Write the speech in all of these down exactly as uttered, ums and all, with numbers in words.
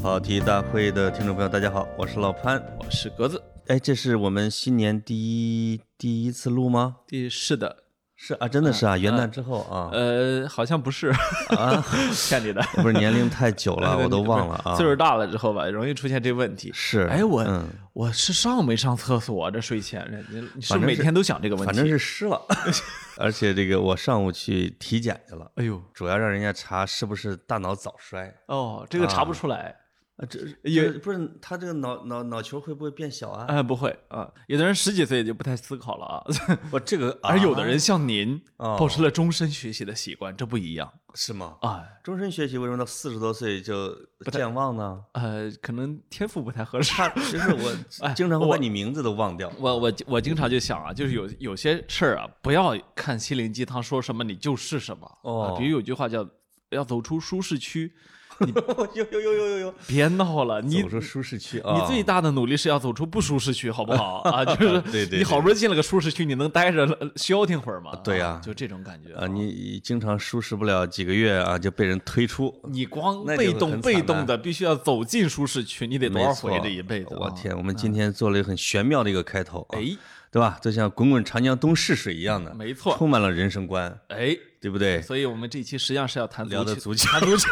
跑题大会的听众朋友，大家好，我是老潘， 我是格子。 哎，这是我们新年第一第一次录吗？ 第是的， 是啊，真的是啊，元旦之后啊。 呃，好像不是啊，骗你的， 不是年龄太久了，我都忘了啊。 岁数大了之后吧，容易出现这问题。 是， 哎，我、 嗯、 我是上没上厕所？这睡前，你你是每天都想这个问题？ 反正是湿了，而且这个我上午去体检去了。 哎呦， 主要让人家查是不是大脑早衰。 哦，这个查不出来。 啊啊，这也不是他这个脑脑脑球会不会变小啊？ 哎，不会啊，有的人十几岁就不太思考了啊。 我这个， 而有的人像您， 啊、 保持了终身学习的习惯，这不一样， 是吗？ 啊， 终身学习为什么到四十多岁就健忘呢？ 呃，可能天赋不太合适。 其实我经常会把你名字都忘掉。 我我我经常就想啊，就是有有些事儿啊，不要看心灵鸡汤说什么你就是什么。 哦， 啊、比如有句话叫要走出舒适区。 你有有有有有有， 别闹了！你走出舒适区啊！ 你最大的努力是要走出不舒适区，好不好啊？就是对对， 你好不容易进了个舒适区，你能待着消停会儿吗？ 对呀、 啊，就这种感觉啊！你经常舒适不了几个月啊，就被人推出。 你光被动被动的，必须要走进舒适区，你得多少回这一辈子？ 我天！我们今天做了一个很玄妙的一个开头， 哎， 对吧？就像滚滚长江东逝水一样的， 没错， 充满了人生观， 哎， 对不对？ 所以我们这期实际上是要谈聊的足球， 谈足球。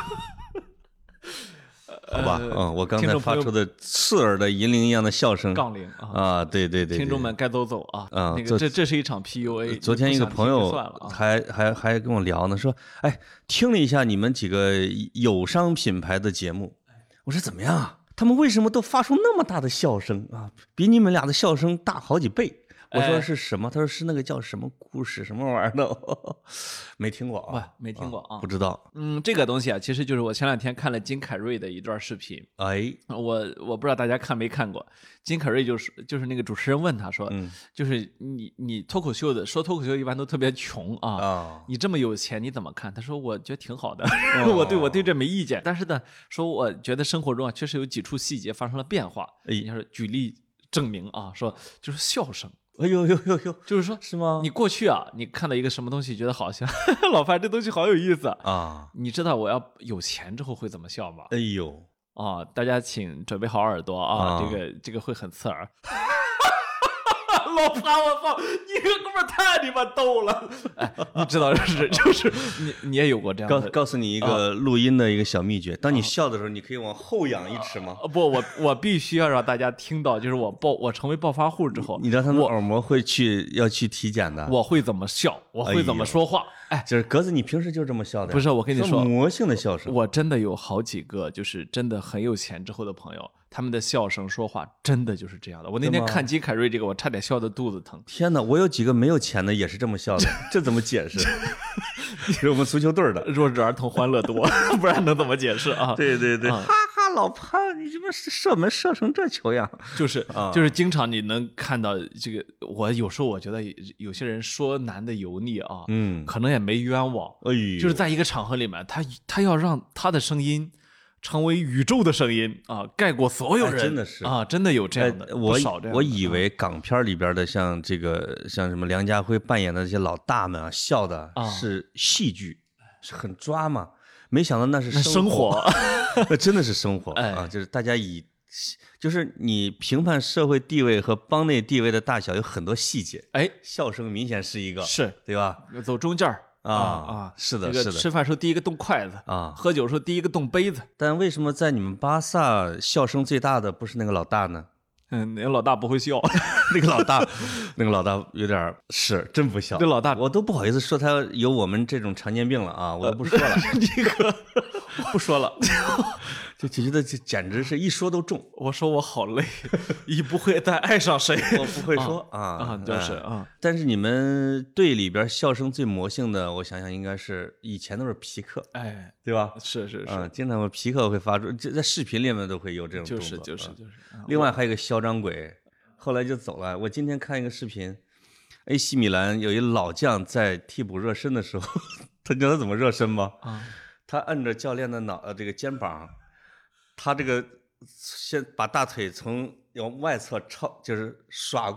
好吧，嗯，我刚才发出的刺耳的银铃一样的笑声， 杠铃啊， 啊，对对对， 听众们该走走啊， 啊， 那个这这是一场 P U A。 昨天一个朋友还还还跟我聊呢，说，哎，听了一下你们几个友商品牌的节目，我说怎么样啊？他们为什么都发出那么大的笑声啊？比你们俩的笑声大好几倍。我说是什么？他说是那个叫什么故事什么玩意儿的，没听过啊， 没听过啊， 不知道。 嗯，这个东西啊，其实就是我前两天看了金凯瑞的一段视频。 哎， 我我不知道大家看没看过。金凯瑞就是就是那个主持人问他说， 嗯、 就是你你脱口秀的说脱口秀一般都特别穷啊， 哦、 你这么有钱你怎么看？他说我觉得挺好的，哦、我对我对这没意见，但是呢，说我觉得生活中啊确实有几处细节发生了变化。 哎， 你要是举例证明啊，说就是笑声。 哎呦呦呦呦， 就是说， 是吗？ 你过去啊，你看到一个什么东西，觉得好像老范这东西好有意思啊？ 你知道我要有钱之后会怎么笑吗？ 哎呦， 啊，大家请准备好耳朵啊， 啊这个这个会很刺耳。老潘，我操，你这哥们太你妈逗了！哎，你知道就是就是你你也有过这样的。 告告诉你一个录音的一个小秘诀，当你笑的时候，你可以往后仰一尺吗？ 啊、不，我我必须要让大家听到，就是我爆我成为暴发户之后， 你知道他们耳膜会去要去体检的。 我会怎么笑，我会怎么说话。哎， 哎就是格子，你平时就这么笑的？ 不是，我跟你说， 魔性的笑声。 我真的有好几个，就是真的很有钱之后的朋友。他们的笑声说话真的就是这样的。我那天看金凯瑞这个，我差点笑得肚子疼。 天哪，我有几个没有钱的也是这么笑的，这怎么解释？是我们足球队的弱智儿童欢乐多，不然能怎么解释啊？ 对对对，啊、哈哈，老潘，你怎么射门射成这球样？ 就是就是经常你能看到这个，我有时候我觉得有些人说男的油腻啊， 嗯， 可能也没冤枉， 哎呦， 就是在一个场合里面，他他要让他的声音。成为宇宙的声音啊，盖过所有人， 哎、真的是啊，真的有这样的， 哎、我不少这样的。 我以为港片里边的像这个，像什么梁家辉扮演的这些老大们啊，笑的是戏剧，啊、是很抓嘛，没想到那是生活， 那真的是生活、 哎、 啊，就是大家以，就是你评判社会地位和帮内地位的大小有很多细节， 哎， 笑声明显是一个， 是对吧？ 走中间儿。 啊啊， 是的，是的。 吃饭时候第一个动筷子啊， 喝酒时候第一个动杯子。 但为什么在你们巴萨笑声最大的不是那个老大呢？ 嗯，那个老大不会笑， 那个老大，那个老大有点是真不笑。 那老大我都不好意思说他有我们这种常见病了啊，我都不说了。 这个不说了。 就就觉得这简直是一说都中。 我说我好累，已不会再爱上谁。 我不会说啊啊，就是啊。 但是你们队里边笑声最魔性的，我想想应该是以前都是皮克， 哎， 对吧？ 是是是， 啊，经常皮克会发出，就在视频里面都会有这种动作。 就是就是就是。 另外还有一个嚣张鬼，后来就走了。我今天看一个视频 ，A C 米兰有一老将在替补热身的时候，他知道他怎么热身吗？ 啊， 他摁着教练的脑呃这个肩膀。他这个先把大腿从往外侧超，就是耍过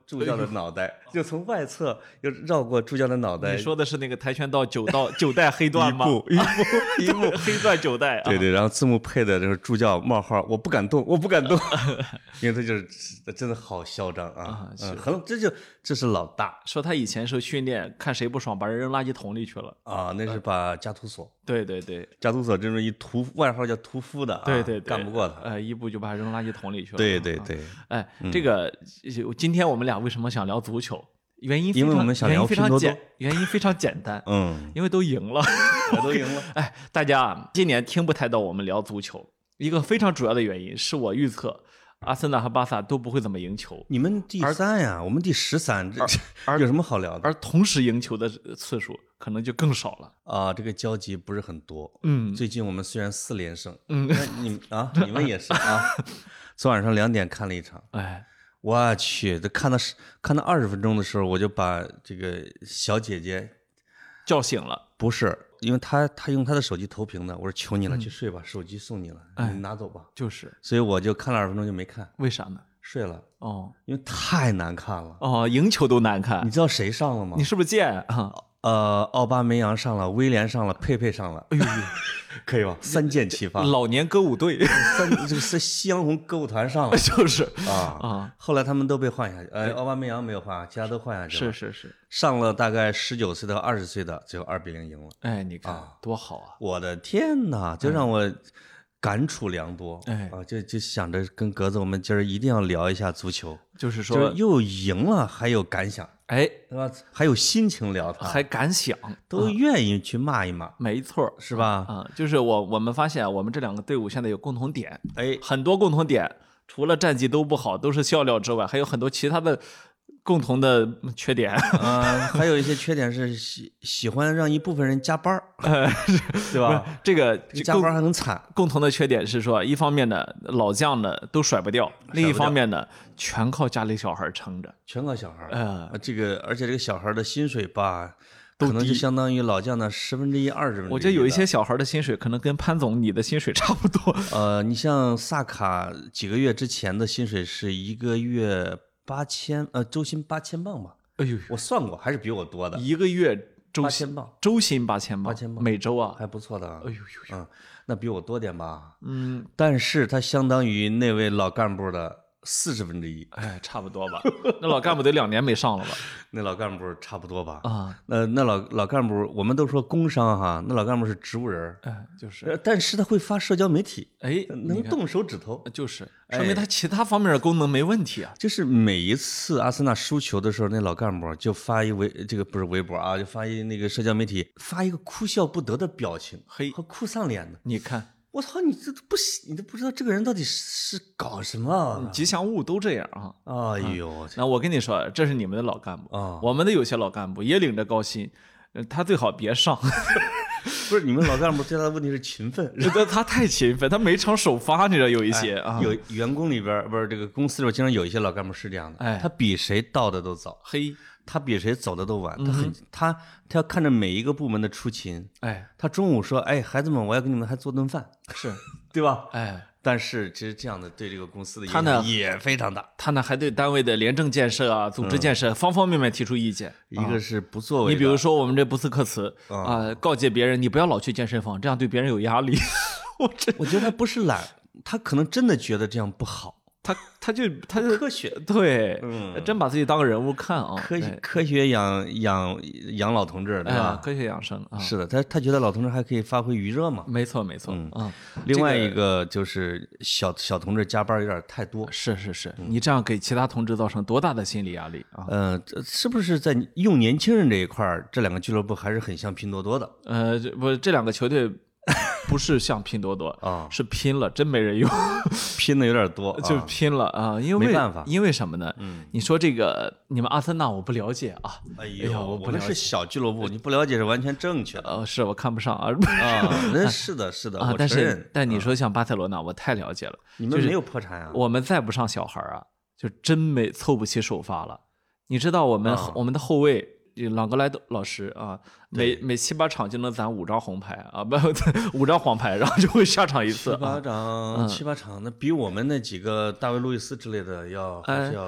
助教的脑袋，就从外侧又绕过助教的脑袋。 你说的是那个跆拳道九道九代黑段吗？ 一步一步一步黑段九代。 对对，然后字幕配的这个助教冒号，我不敢动，我不敢动，因为他就是真的好嚣张啊，嗯，很这就这是老大。 说他以前是训练，看谁不爽，把人扔垃圾桶里去了啊，那是把加图索。 对对对， 加图索这种一屠外号叫屠夫的，啊， 对对对， 干不过他， 呃，一步就把他扔垃圾桶里去了。 对对对， 哎，这个今天我们俩为什么想聊足球？原因因为我们想聊拼多多，原因非常简单， 嗯， 因为都赢了， 都赢了。 哎，大家今年听不太到我们聊足球，一个非常主要的原因是我预测阿森纳和巴萨都不会怎么赢球。 你们第三呀，我们第十三，这有什么好聊的？ 而同时赢球的次数可能就更少了啊，这个交集不是很多。 嗯， 最近我们虽然四连胜， 嗯， 那你啊，你们也是啊。昨晚上两点看了一场， 哎。 我去，这看到看到二十分钟的时候，我就把这个小姐姐叫醒了。 不是，因为她她用她的手机投屏的，我说求你了，嗯、去睡吧，手机送你了， 哎、 你拿走吧。 就是， 所以我就看了二十分钟就没看。 为啥呢？ 睡了。 哦， 因为太难看了。 哦，赢球都难看。 你知道谁上了吗？ 你是不是贱啊？ 呃，奥巴梅扬上了，威廉上了，佩佩上了。哎呦，可以吧？三箭齐发。 老年歌舞队， 三这个是夕阳红歌舞团上了， 就是啊啊。 后来他们都被换下去，呃，奥巴梅扬没有换，其他都换下去了。是是是， 上了大概十九岁到二十岁的，最后二比零赢了。 哎，你看、 啊、 多好啊！ 我的天哪，就让我感触良多。 哎啊，就就想着跟格子，我们今儿一定要聊一下足球， 就是说就是又赢了，还有感想。 哎， 对吧？还有心情聊它， 还敢想， 都愿意去骂一骂， 没错， 是吧？ 啊，就是我我们发现我们这两个队伍现在有共同点， 哎， 很多共同点，除了战绩都不好，都是笑料之外，还有很多其他的共同的缺点。 啊，还有一些缺点是喜喜欢让一部分人加班，对吧？ 这个加班还很惨。 共同的缺点是说，一方面呢，老将呢都甩不掉，另一方面呢，全靠家里小孩撑着， 全靠小孩。 呃， 这个而且这个小孩的薪水吧，可能就相当于老将的十分之一、二十分之一。 我觉得有一些小孩的薪水可能跟潘总你的薪水差不多。 呃，你像萨卡几个月之前的薪水是一个月八千，呃，周薪八千镑吧？ 哎呦， 我算过，还是比我多的。 一个月周八千镑， 周薪八千镑，八千镑， 每周啊， 还不错的。 哎呦呦， 嗯，那比我多点吧？ 嗯， 但是他相当于那位老干部的四十分之一， 哎，差不多吧。那老干部得两年没上了吧？ 那老干部差不多吧？ 啊， 那那老老干部，我们都说工伤哈，那老干部是植物人， 哎，就是， 但是他会发社交媒体， 哎， 能动手指头， 就是，说明他其他方面的功能没问题啊。 就是每一次阿森纳输球的时候，那老干部就发一微，这个不是微博啊，就发一那个社交媒体，发一个哭笑不得的表情， 嘿， 和哭丧脸的， 你看。 我操，你这都不你都不知道这个人到底是搞什么？ 吉祥物都这样啊！哎呦， 那我跟你说，这是你们的老干部啊， 我们的有些老干部也领着高薪，他最好别上。 不是你们老干部最大的问题是勤奋， 他他太勤奋，他每场首发，你知道有一些啊， 有员工里边不是这个公司里边经常有一些老干部是这样的， 哎， 他比谁到的都早， 嘿。 他比谁走的都晚，他很、嗯、他他要看着每一个部门的出勤， 哎， 他中午说，哎，孩子们，我要给你们还做顿饭， 是对吧？ 哎， 但是其实这样的对这个公司的影响也非常大。 他呢还对单位的廉政建设啊、组织建设、嗯、方方面面提出意见。 一个是不作为、啊， 你比如说我们这布斯克茨啊、呃，告诫别人你不要老去健身房，这样对别人有压力。 我这我觉得他不是懒，他可能真的觉得这样不好。 他他就他就科学对， 嗯， 真把自己当个人物看啊， 科学科学养养养老同志，对吧？ 哎、科学养生啊， 是的，他他觉得老同志还可以发挥余热嘛？ 没错没错， 嗯啊。 另外一个就是小小同志加班有点太多， 是是是，嗯、你这样给其他同志造成多大的心理压力啊？ 呃，是不是在用年轻人这一块这两个俱乐部还是很像拼多多的？ 呃，不，这两个球队。不是像拼多多啊， 是拼了，真没人用， 拼的有点多， 就拼了啊！因为没办法， 因为什么呢？ 嗯， 你说这个你们阿森纳我不了解啊， 哎呦，我不了解，是小俱乐部，你不了解是完全正确的。 呃，是我看不上啊啊，那是的，是的， 啊， 我承认。 但你说像巴塞罗那，我太了解了， 你们没有破产啊？ 我们再不上小孩啊，就真没凑不齐首发了。你知道我们我们的后卫。朗格莱老师啊，每每七八场就能攒五张红牌啊，不五张黄牌，然后就会下场一次。 七八场，七八场，那比我们那几个大卫路易斯之类的要还是要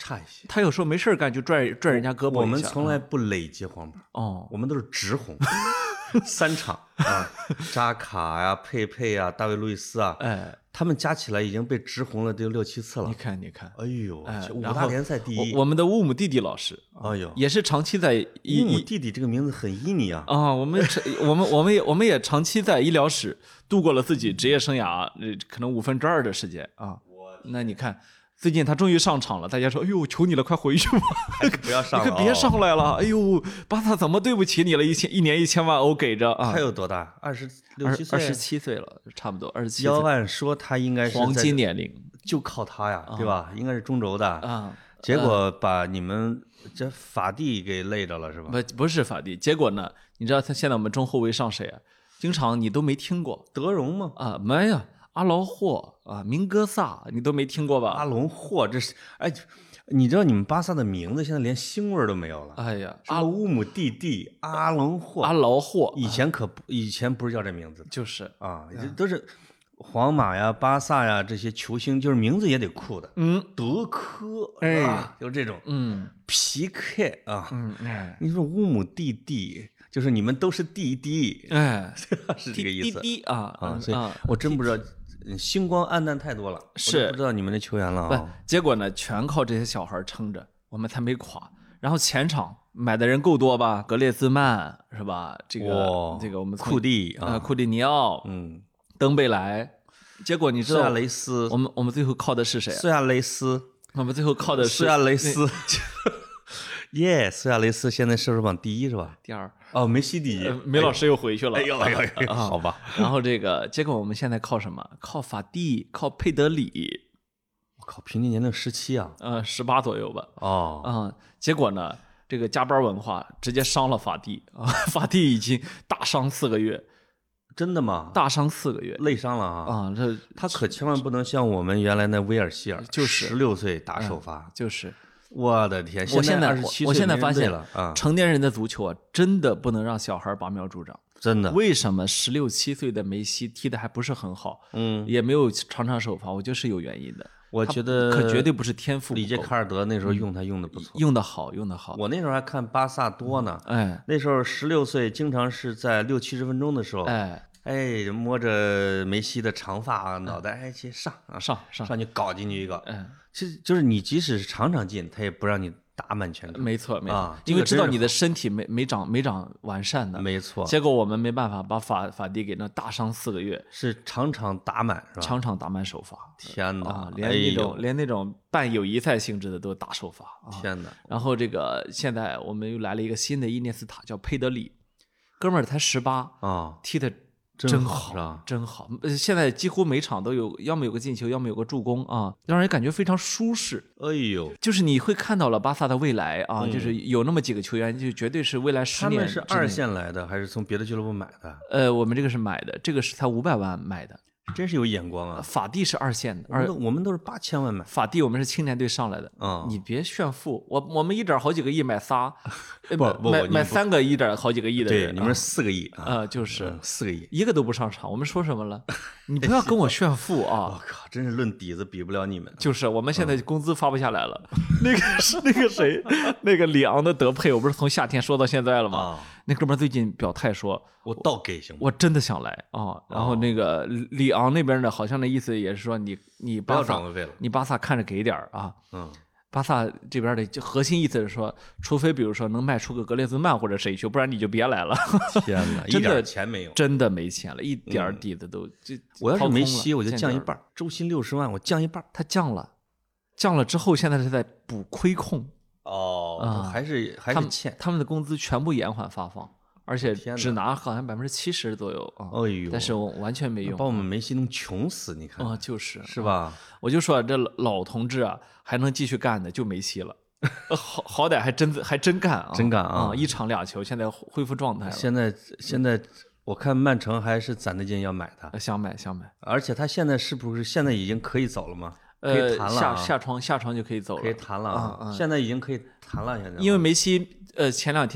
差一些。 他有时候没事干就拽拽人家胳膊一下。 我们从来不累积黄牌， 哦， 我们都是直红。三场啊，扎卡呀、佩佩啊、大卫路易斯啊， 哎， 他们加起来已经被直红了得有六七次了。 你看，你看， 哎呦， 哎， 五大联赛第一。 我们的乌姆弟弟老师， 哎呦， 也是长期在乌姆弟弟这个名字很旖旎啊。 啊，我们我们我们也我们也长期在医疗室度过了自己职业生涯，可能五分之二的时间啊。那你看。最近他终于上场了，大家说：“哎呦，求你了，快回去吧， 不要上了， 你可别上来了。”哎呦，巴萨怎么对不起你了？一千一年一千万欧给着啊！ 他有多大？二十六七岁， 二十七岁了，差不多二十七。 要按说他应该是黄金年龄， 就靠他呀，对吧？应该是中轴的啊。 结果把你们这法蒂给累着了，是吧？ 不，不是法蒂。结果呢？你知道他现在我们中后卫上谁啊？经常你都没听过， 德容吗？ 啊，没有。阿劳霍啊，明哥萨，你都没听过吧？ 阿隆霍，这是哎，你知道你们巴萨的名字现在连腥味都没有了。 哎呀， 阿乌姆蒂蒂、阿隆霍、 阿劳霍， 以前可不，以前不是叫这名字， 就是啊，都是皇马呀、巴萨呀这些球星，就是名字也得酷的。 嗯， 德科， 哎， 就这种， 嗯， 皮克啊， 嗯，哎， 你说乌姆蒂蒂。就是你们都是弟弟， 哎， 是这个意思。 弟弟啊啊，所以我真不知道，星光黯淡太多了， 是不知道你们的球员了啊。结果呢，全靠这些小孩撑着，我们才没垮。然后前场买的人够多吧？格列兹曼是吧？这个这个我们库蒂啊，库蒂尼奥， 嗯， 登贝莱。结果你知道， 苏亚雷斯， 我们我们最后靠的是谁？ 苏亚雷斯， 我们最后靠的是苏亚雷斯。耶，苏亚雷斯现在射手榜第一是吧？ 第二哦，梅西第一。 梅老师又回去了。 哎呦哎呦哎呦，好吧。 然后这个结果我们现在靠什么？靠法蒂，靠佩德里。 我靠，平均年龄十七啊？ 呃，十八左右吧。 哦， 嗯，结果呢，这个加班文化直接伤了法蒂啊！法蒂已经大伤四个月。 真的吗？ 大伤四个月， 累伤了啊！ 啊，这他可千万不能像我们原来那威尔希尔， 就是十六岁打首发， 就是。 我的天！ 我现在二十七岁， 我现在发现了啊， 成年人的足球啊，真的不能让小孩拔苗助长。 真的？ 为什么十六七岁的梅西踢的还不是很好？ 嗯， 也没有场场首发，我觉得是有原因的。 我觉得可绝对不是天赋。 里杰卡尔德那时候用他用的不错， 用的好，用的好。 我那时候还看巴萨多呢， 哎， 那时候十六岁，经常是在六七十分钟的时候， 哎。 哎，摸着梅西的长发脑袋，哎，去上啊上上上去搞进去一个， 嗯， 其实就是你即使是场场进，他也不让你打满全场。 没错没错， 啊， 因为知道你的身体没没长没长完善的。 没错。 结果我们没办法把法法蒂给那大伤四个月， 是场场打满是吧？ 场场打满首发。 天哪， 啊，连那种连那种半友谊赛性质的都打首发。 天哪！ 然后这个现在我们又来了一个新的伊涅斯塔，叫佩德里，哥们儿才十八啊， 踢的。 真好，真好！现在几乎每场都有，要么有个进球，要么有个助攻啊，让人感觉非常舒适。 哎呦， 就是你会看到了巴萨的未来啊，嗯、就是有那么几个球员，就绝对是未来十年。 他们是二线来的，还是从别的俱乐部买的？ 呃，我们这个是买的，这个是才五百万买的。 真是有眼光啊！ 法蒂是二线的， 而我们都是八千万买。 法蒂我们是青年队上来的啊、嗯！ 你别炫富，我我们一点好几个亿买仨， 不不买买三个一点好几个亿的人，对，你们是四个亿啊、呃，就是、 嗯、四个亿， 一个都不上场。我们说什么了？你不要跟我炫富啊！ 我靠，真是论底子比不了你们。 就是我们现在工资发不下来了。嗯、那个是那个谁，那个里昂的德佩，我不是从夏天说到现在了吗？ 啊、 那哥们最近表态说， 我倒给行吗？ 我真的想来啊！然后那个里昂那边的，好像那意思也是说你你巴萨，你巴萨看着给点啊。 嗯， 巴萨这边的核心意思是说，除非比如说能卖出个格列兹曼或者谁去，不然你就别来了。 天哪，一点钱没有， 真的没钱了，一点底子都这。 我要是梅西，我就降一半，周薪六十万，我降一半。 他降了，降了之后，现在是在补亏空。 哦，嗯、还是还是欠他们的工资全部延缓发放。而且只拿好像百分之七十左右啊， 哎呦！ 但是我完全没用， 把我们梅西弄穷死，你看啊，就是是吧？ 我就说这老同志啊，还能继续干的就梅西了，好好歹还真还真干啊， 真干啊！ 一场俩球，现在恢复状态了。 现在现在我看曼城还是攒着劲要买他， 想买想买。 而且他现在是不是现在已经可以走了吗？ 呃， 可以谈了、啊， 下下窗下窗就可以走了， 可以谈了啊！ 嗯嗯、 现在已经可以谈了，现在因为梅西呃前两天面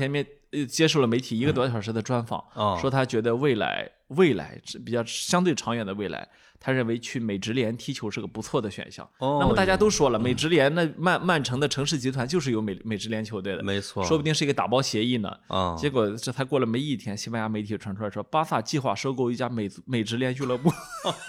接受了媒体一个多小时的专访， 哦说他觉得未来未来比较相对长远的未来，他认为去美职联踢球是个不错的选项。 哦那么大家都说了，美职联那曼曼城的城市集团就是有美美职联球队的， 没错， 说不定是一个打包协议呢。 啊， 结果这才过了没一天，西班牙媒体传出来说，巴萨计划收购一家美美职联俱乐部。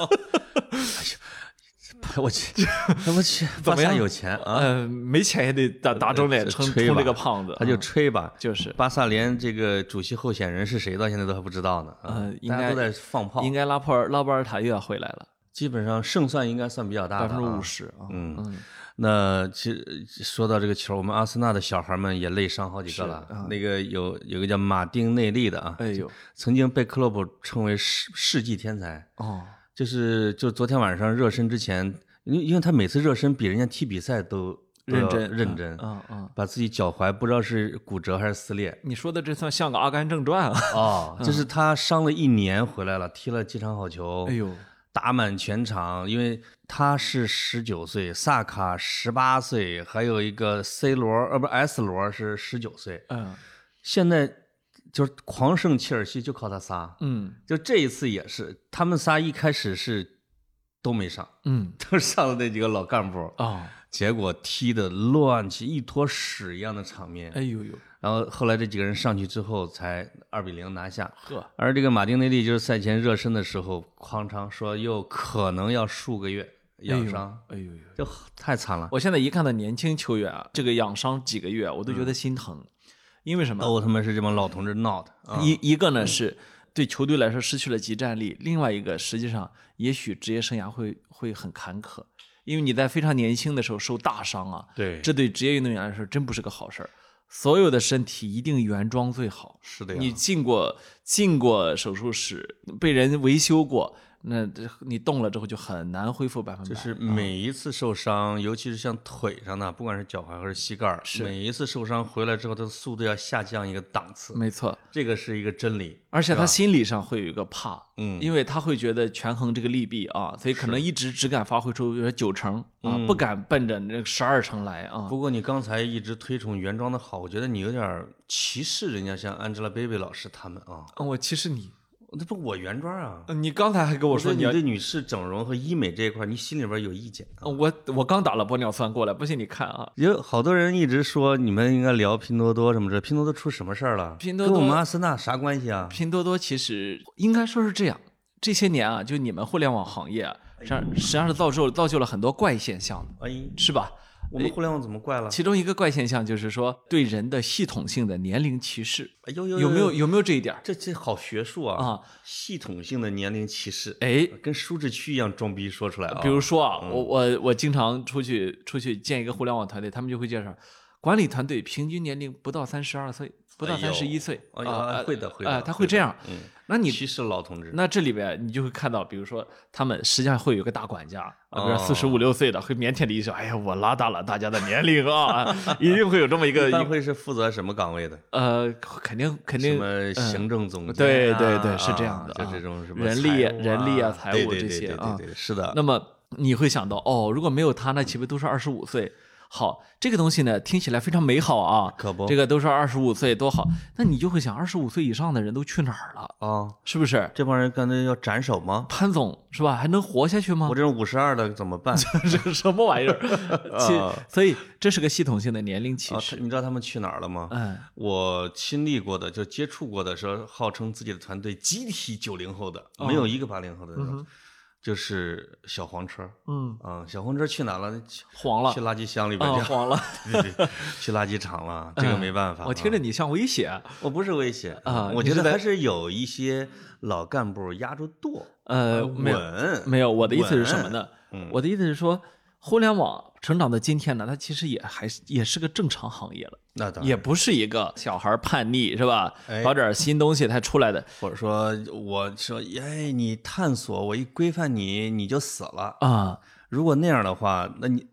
我去，我去， 怎么样？ 有钱啊？ 呃，没钱也得打打肿脸充充这个胖子， 他就吹吧， 就是巴萨连这个主席候选人是谁到现在都还不知道呢。 呃，应该大家都在放炮， 应该拉波尔拉波尔塔又要回来了， 基本上胜算应该算比较大的， 百分之五十啊。 嗯嗯，那其实说到这个球，我们阿森纳的小孩们也累伤好几个了。那个有有个叫马丁内利的啊， 哎呦， 曾经被克洛普称为世世纪天才哦。 就是就昨天晚上热身之前，因为因为他每次热身比人家踢比赛都认真认真， 嗯嗯， 把自己脚踝不知道是骨折还是撕裂。 你说的这算像个《阿甘正传》啊？ 哦，就是他伤了一年回来了，踢了几场好球， 哎呦， 打满全场。因为他是十九岁，萨卡十八岁，还有一个 C 罗呃不 S 罗是十九岁， 嗯， 现在。就是狂胜切尔西就靠他仨， 嗯， 就这一次也是，他们仨一开始是都没上， 嗯， 都上了那几个老干部啊、哦， 结果踢的乱起一坨屎一样的场面， 哎呦呦， 然后后来这几个人上去之后才二比零拿下， 呵， 而这个马丁内利就是赛前热身的时候，哐当说又可能要数个月养伤， 哎呦呦， 就太惨了。 我现在一看到年轻球员啊，这个养伤几个月，我都觉得心疼。嗯，因为什么？ 哦，他们是这帮老同志闹的。 啊、一一个呢是对球队来说失去了集战力，另外一个实际上也许职业生涯会会很坎坷，因为你在非常年轻的时候受大伤啊， 对， 这对职业运动员来说真不是个好事儿。所有的身体一定原装最好。 是的呀， 你进过进过手术室，被人维修过。那你动了之后就很难恢复百分百。 就是每一次受伤，嗯、尤其是像腿上的，不管是脚踝还是膝盖，每一次受伤回来之后，它的速度要下降一个档次。 没错， 这个是一个真理。 而且他心理上会有一个怕， 嗯， 因为他会觉得权衡这个利弊啊，所以可能一直只敢发挥出比如说九成啊， 嗯、 不敢奔着那个十二成来啊。 不过你刚才一直推崇原装的好，我觉得你有点歧视人家像 Angelababy 老师他们啊。 我歧视你。 那不我原装啊！ 你刚才还跟我说你对女士整容和医美这一块，你心里边有意见、啊。 我我刚打了玻尿酸过来，不信你看啊。 有好多人一直说你们应该聊拼多多什么的，拼多多出什么事儿了？ 拼多多跟我们阿森纳啥关系啊？ 拼多多其实应该说是这样，这些年啊，就你们互联网行业啊，实际上实际上是造就造就了很多怪现象的， 哎， 是吧？ 我们互联网怎么怪了？ 其中一个怪现象就是说对人的系统性的年龄歧视， 哎呦呦， 有没有有没有这一点？ 这这好学术啊！ 啊， 系统性的年龄歧视， 哎， 跟舒志区一样装逼说出来啊！ 比如说啊， 嗯、 我我我经常出去出去见一个互联网团队，他们就会介绍，管理团队平均年龄不到三十二岁，不到三十一岁啊、 呃， 会的会的， 啊、呃，他会这样。 嗯， 那你歧视老同志， 那这里边你就会看到，比如说他们实际上会有个大管家啊，比如哦四十五六岁的，会腼腆的一说：“哎呀，我拉大了大家的年龄啊！”一定会有这么一个。 一般会是负责什么岗位的？ 呃，肯定肯定什么行政总监、啊嗯，对对对，是这样的， 啊、就这种什么人力、 啊、 人力啊、财务这些啊，是的。 那么你会想到，哦，如果没有他，那岂不都是二十五岁？好，这个东西呢，听起来非常美好啊， 可不， 这个都是二十五岁多好。那你就会想，二十五岁以上的人都去哪儿了啊、 哦？ 是不是？ 这帮人干脆要斩首吗？ 潘总是吧？还能活下去吗？ 我这种五十二的怎么办？ 这是什么玩意儿？所以这是个系统性的年龄歧视。 啊、你知道他们去哪儿了吗？ 嗯， 我亲历过的，就接触过的，说号称自己的团队集体九零后的， 哦、 没有一个八零后的那种。 嗯， 就是小黄车， 嗯啊，小黄车去哪了？ 黄了， 去垃圾箱里边去、 啊，黄了， 对对，去垃圾场了，这个没办法。 嗯、我听着你像威胁， 我不是威胁啊， 我觉得还是有一些老干部压着舵， 呃， 稳， 没有。我的意思是什么呢？ 嗯、 我的意思是说，互联网成长的今天呢，它其实也还是也是个正常行业了。 那当然也不是一个小孩叛逆是吧？哎、搞点新东西才出来的， 或者说我说，哎，你探索，我一规范你，你就死了啊！ 如果那样的话，那你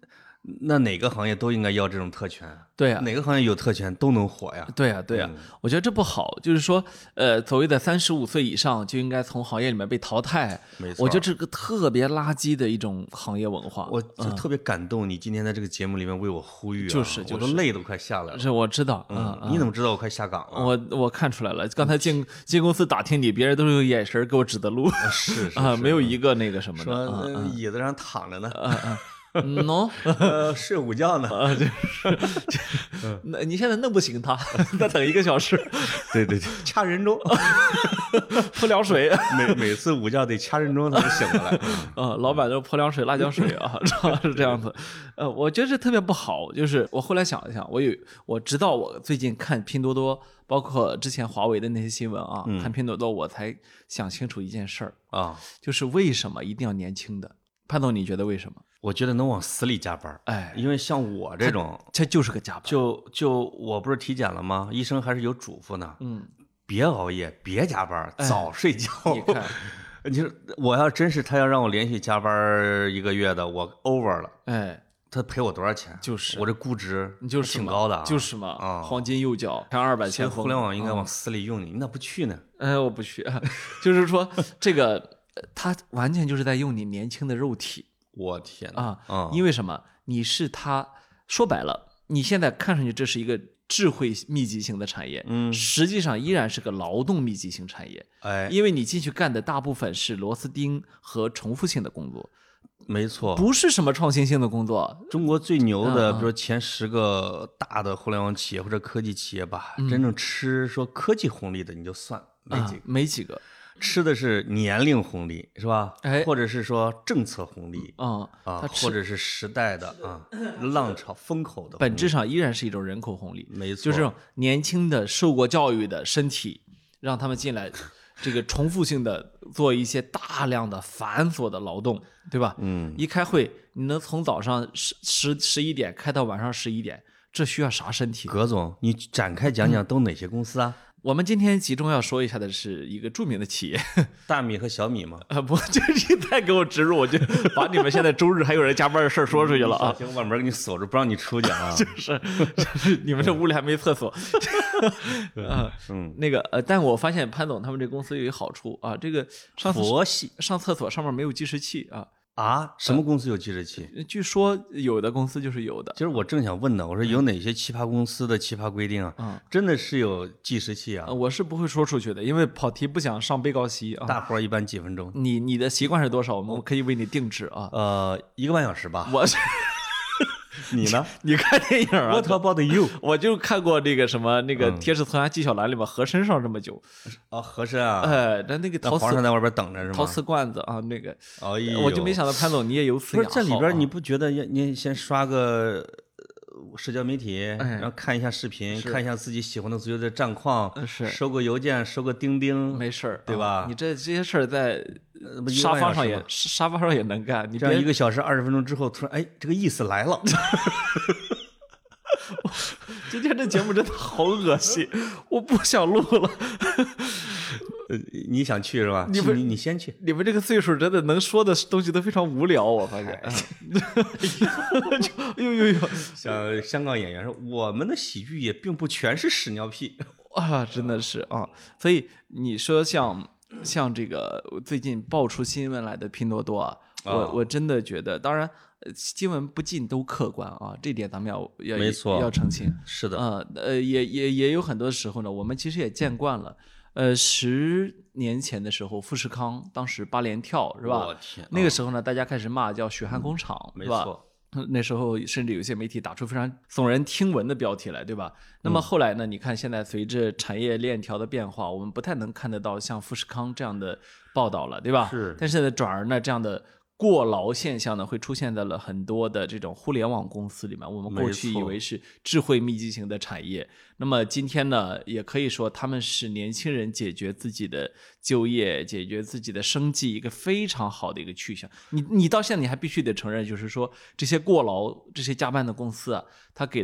那哪个行业都应该要这种特权。 对呀、啊， 哪个行业有特权都能火呀。 对呀、啊，对呀、啊嗯，我觉得这不好。就是说，呃，所谓的三十五岁以上就应该从行业里面被淘汰。 没错， 我觉得这个特别垃圾的一种行业文化。 我就特别感动，你今天在这个节目里面为我呼吁、啊， 就是，就是、 我都泪都快下来了。 是，我知道。 嗯，嗯你怎么知道我快下岗了？ 我我看出来了，刚才进进公司打听你，别人都是用眼神给我指的路。 是是啊，没有一个那个什么的。 说、 啊、 椅子上躺着呢。 啊啊。喏、 呃，睡午觉呢， 啊，就是，那你现在弄不醒他，再等一个小时， 对对对，掐人中， 泼凉水， 每每次午觉得掐人中才能醒过来， 啊，老板就泼凉水、辣椒水啊，是这样子，呃，我觉得这特别不好，就是我后来想了想，我有，我直到我最近看拼多多，包括之前华为的那些新闻啊， 嗯、 看拼多多，我才想清楚一件事儿啊， 就是为什么一定要年轻的？潘总，你觉得为什么？ 我觉得能往死里加班， 哎， 因为像我这种， 这就是个加班。 就就我不是体检了吗？医生还是有嘱咐呢， 嗯， 别熬夜，别加班， 哎、 早睡觉。 你看， 你说我要真是他要让我连续加班一个月的，我 over 了。 哎， 他赔我多少钱？ 就是我这估值就是挺高的、啊， 就是嘛， 啊， 黄金右脚看二百千锋。 互联网应该往死里用你，你咋不去呢？ 哎，我不去，就是说这个他完全就是在用你年轻的肉体。 我天啊、 嗯， 因为什么？你是他，说白了，你现在看上去这是一个智慧密集型的产业， 嗯， 实际上依然是个劳动密集型产业， 哎， 因为你进去干的大部分是螺丝钉和重复性的工作， 没错， 不是什么创新性的工作。 中国最牛的， 嗯、 比如说前十个大的互联网企业或者科技企业吧， 嗯、 真正吃说科技红利的，你就算没几个， 啊、没几个。 吃的是年龄红利，是吧？ 哎， 或者是说政策红利， 啊、 嗯、啊，或者是时代的啊浪潮风口的， 本质上依然是一种人口红利， 没错， 就是这种年轻的受过教育的身体，让他们进来，这个重复性的做一些大量的繁琐的劳动，对吧？ 嗯， 一开会，你能从早上十十十一点开到晚上十一点，这需要啥身体？ 葛总，你展开讲讲都哪些公司啊？ 嗯我们今天集中要说一下的是一个著名的企业， 大米和小米吗？ 啊不，这你再给我植入，我就把你们现在周日还有人加班的事儿说出去了啊！ 行，把门给你锁住，不让你出去啊！ 就是，就是你们这屋里还没厕所啊，嗯，那个呃，但我发现潘总他们这公司有一个好处啊，这个上佛系上厕所上面没有计时器啊。 啊，什么公司有计时器？ 呃、据说有的公司就是有的。 其实我正想问呢，我说有哪些奇葩公司的奇葩规定啊？ 嗯， 真的是有计时器啊？ 呃、我是不会说出去的，因为跑题不想上被告席啊。 大伙一般几分钟？ 你你的习惯是多少？我们可以为你定制啊。 呃，一个半小时吧。 我是。 你呢？ 你看电影啊 ？What about you？ 我就看过那个什么那个《铁齿铜牙纪晓岚》里面和珅上这么久。 啊，和珅啊！ 哎，那那个陶瓷皇上在外边等着是吗？ 陶瓷罐子啊，那个。 哎呦！ 我就没想到潘总你也有此雅号。 不是这里边你不觉得你先刷个社交媒体， 哎、 然后看一下视频，看一下自己喜欢的足球的战况， 是收个邮件，收个钉钉， 没事儿， 对吧？ 啊、你这这些事儿在沙发上也沙发上也能干。你这样一个小时二十分钟之后，突然哎，这个意思来了。 今天这节目真的好恶心，我不想录了。 呃，你想去是吧？ 你们你你先去。 你们这个岁数真的能说的东西都非常无聊，我发现。呦呦呦！ 像香港演员说，我们的喜剧也并不全是屎尿屁啊，真的是啊。所以你说像像这个最近爆出新闻来的拼多多啊，我、哦、我真的觉得，当然新闻不尽都客观啊，这点咱们要要没错要澄清。 是的， 呃呃，也也也有很多时候呢，我们其实也见惯了。呃，十年前的时候，富士康当时八连跳是吧？ 我天， 那个时候呢，大家开始骂叫血汗工厂， 嗯、 是吧？ 没错。 那时候甚至有些媒体打出非常耸人听闻的标题来，对吧？那么后来呢？你看现在随着产业链条的变化，我们不太能看得到像富士康这样的报道了，对吧？ 是。 但是呢，转而呢，这样的过劳现象呢，会出现在了很多的这种互联网公司里面。我们过去以为是智慧密集型的产业，那么今天呢，也可以说他们是年轻人解决自己的就业、解决自己的生计一个非常好的一个去向。你你到现在你还必须得承认，就是说这些过劳、这些加班的公司啊，他给的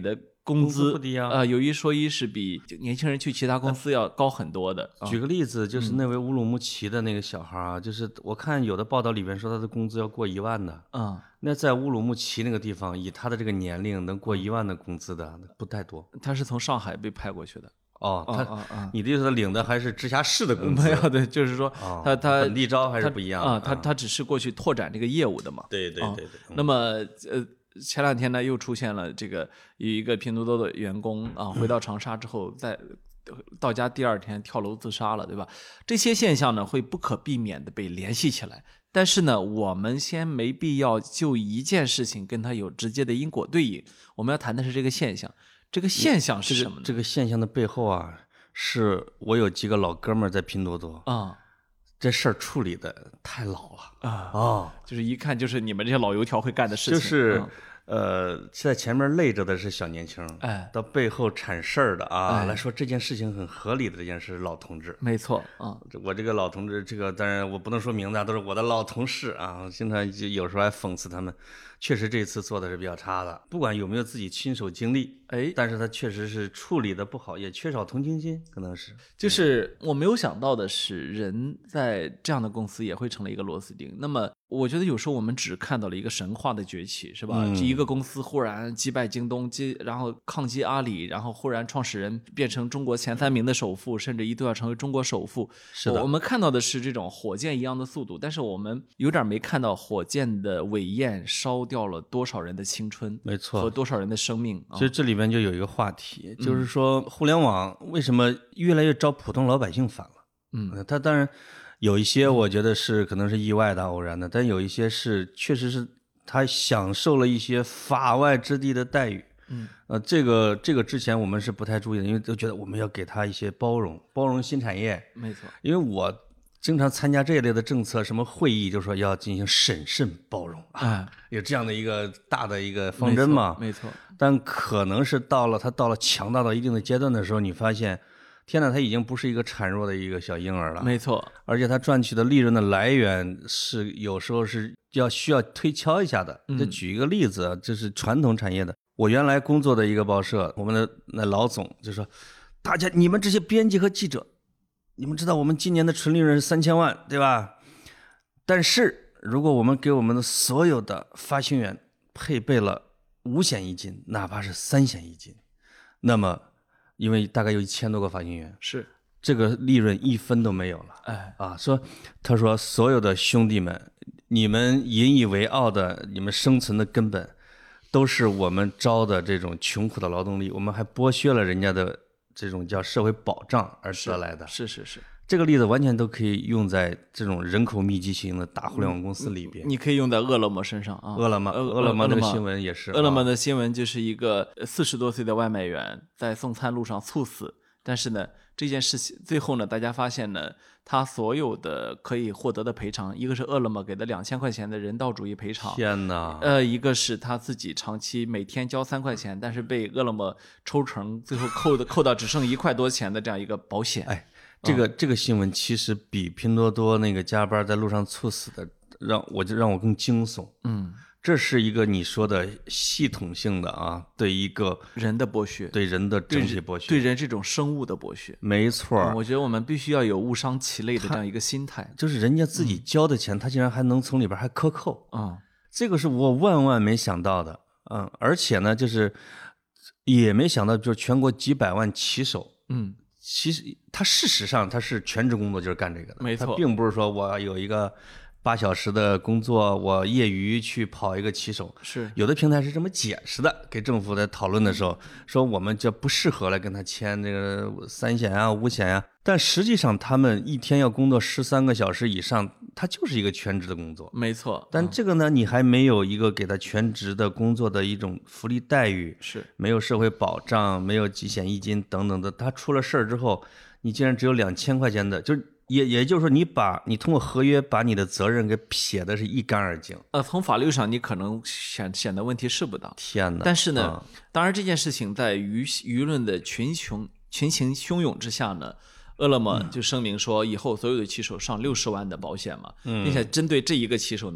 工资不低啊， 呃，有一说一是比年轻人去其他公司要高很多的。 举个例子，就是那位乌鲁木齐的那个小孩啊，就是我看有的报道里边说他的工资要过一万的。 嗯， 那在乌鲁木齐那个地方，以他的这个年龄能过一万的工资的不太多。 他是从上海被派过去的。 哦，他、 啊啊、 你的意思他领的还是直辖市的工资？ 没有，对，就是说他、哦、他本地招还是不一样啊，他他只是过去拓展这个业务的嘛。 对对对对。 啊、那么呃。前两天呢，又出现了这个有一个拼多多的员工啊，回到长沙之后，在到家第二天跳楼自杀了，对吧？这些现象呢，会不可避免的被联系起来。但是呢，我们先没必要就一件事情跟它有直接的因果对应，我们要谈的是这个现象。这个现象是什么呢？ 这个、这个现象的背后啊，是我有几个老哥们儿在拼多多啊。 这事儿处理的太老了啊、 哦， 就是一看就是你们这些老油条会干的事情。 就是， 嗯、 呃，在前面累着的是小年轻， 哎， 到背后铲事儿的啊、 哎， 来说这件事情很合理的这件事，老同志。 没错啊、 嗯，我这个老同志，这个当然我不能说名字啊，都是我的老同事啊，经常就有时候还讽刺他们，确实这次做的是比较差的，不管有没有自己亲手经历， 哎， 但是他确实是处理的不好，也缺少同情心，可能是。 就是我没有想到的是，人在这样的公司也会成了一个螺丝钉。那么，我觉得有时候我们只看到了一个神话的崛起，是吧？ 嗯、 这一个公司忽然击败京东，击然后抗击阿里，然后忽然创始人变成中国前三名的首富，甚至一度要成为中国首富。 是的， 我们看到的是这种火箭一样的速度，但是我们有点没看到火箭的尾焰烧掉了多少人的青春， 没错， 和多少人的生命。 其实这里边就有一个话题，嗯、就是说互联网为什么越来越招普通老百姓烦了？ 嗯， 他当然有一些我觉得是可能是意外的、偶然的，但有一些是确实是他享受了一些法外之地的待遇。 嗯， 呃，这个这个之前我们是不太注意的，因为都觉得我们要给他一些包容，包容新产业。 没错， 因为我经常参加这一类的政策什么会议，就说要进行审慎包容啊， 哎、 有这样的一个大的一个方针嘛。 没错，没错， 但可能是到了他到了强大到一定的阶段的时候，你发现。天哪，他已经不是一个孱弱的一个小婴儿了， 没错， 而且他赚取的利润的来源是有时候是要需要推敲一下的。就举一个例子，这是传统产业的。我原来工作的一个报社，我们的那老总就说：“大家，你们这些编辑和记者，你们知道我们今年的纯利润是三千万，对吧？但是如果我们给我们的所有的发行员配备了五险一金，哪怕是三险一金，那么。”因为大概有一千多个发行员， 是这个利润一分都没有了。 哎啊，说他说所有的兄弟们，你们引以为傲的，你们生存的根本，都是我们招的这种穷苦的劳动力，我们还剥削了人家的这种叫社会保障而得来的。 是是是。 这个例子完全都可以用在这种人口密集型的大互联网公司里边。 你可以用在饿了么身上啊。 饿了么，饿了么这个新闻也是。 饿了么的新闻就是一个四十多岁的外卖员在送餐路上猝死，但是呢，这件事情最后呢，大家发现呢，他所有的可以获得的赔偿，一个是饿了么给的两千块钱的人道主义赔偿。 天哪！ 呃，一个是他自己长期每天交三块钱，但是被饿了么抽成，最后扣的扣到只剩一块多钱的这样一个保险。 哎。这个这个新闻其实比拼多多那个加班在路上猝死的让我就让我更惊悚。 嗯， 这是一个你说的系统性的啊，对一个人的剥削， 对人的整体剥削， 对人这种生物的剥削。 没错、 嗯，我觉得我们必须要有误伤其类的这样一个心态。 就是人家自己交的钱，嗯、他竟然还能从里边还克扣啊、嗯， 这个是我万万没想到的。嗯，而且呢，就是也没想到，就是全国几百万骑手， 嗯。 其实他事实上他是全职工作就是干这个的， 没错， 他并不是说我有一个八小时的工作，我业余去跑一个骑手。 是有的平台是这么解释的，给政府在讨论的时候说我们这不适合来跟他签这个三险啊、五险啊，但实际上他们一天要工作十三个小时以上，他就是一个全职的工作。 没错， 但这个呢，你还没有一个给他全职的工作的一种福利待遇， 是没有社会保障，没有几险一金等等的。他出了事儿之后，你竟然只有两千块钱的，就是也也就是说，你把你通过合约把你的责任给撇的是一干二净。 呃，从法律上你可能显显得问题是不大。 天哪！ 但是呢， 啊、 当然这件事情在舆舆论的群雄群情汹涌之下呢。饿了么就声明说，以后所有的骑手上六十万的保险嘛， 嗯、 并且针对这一个骑手呢，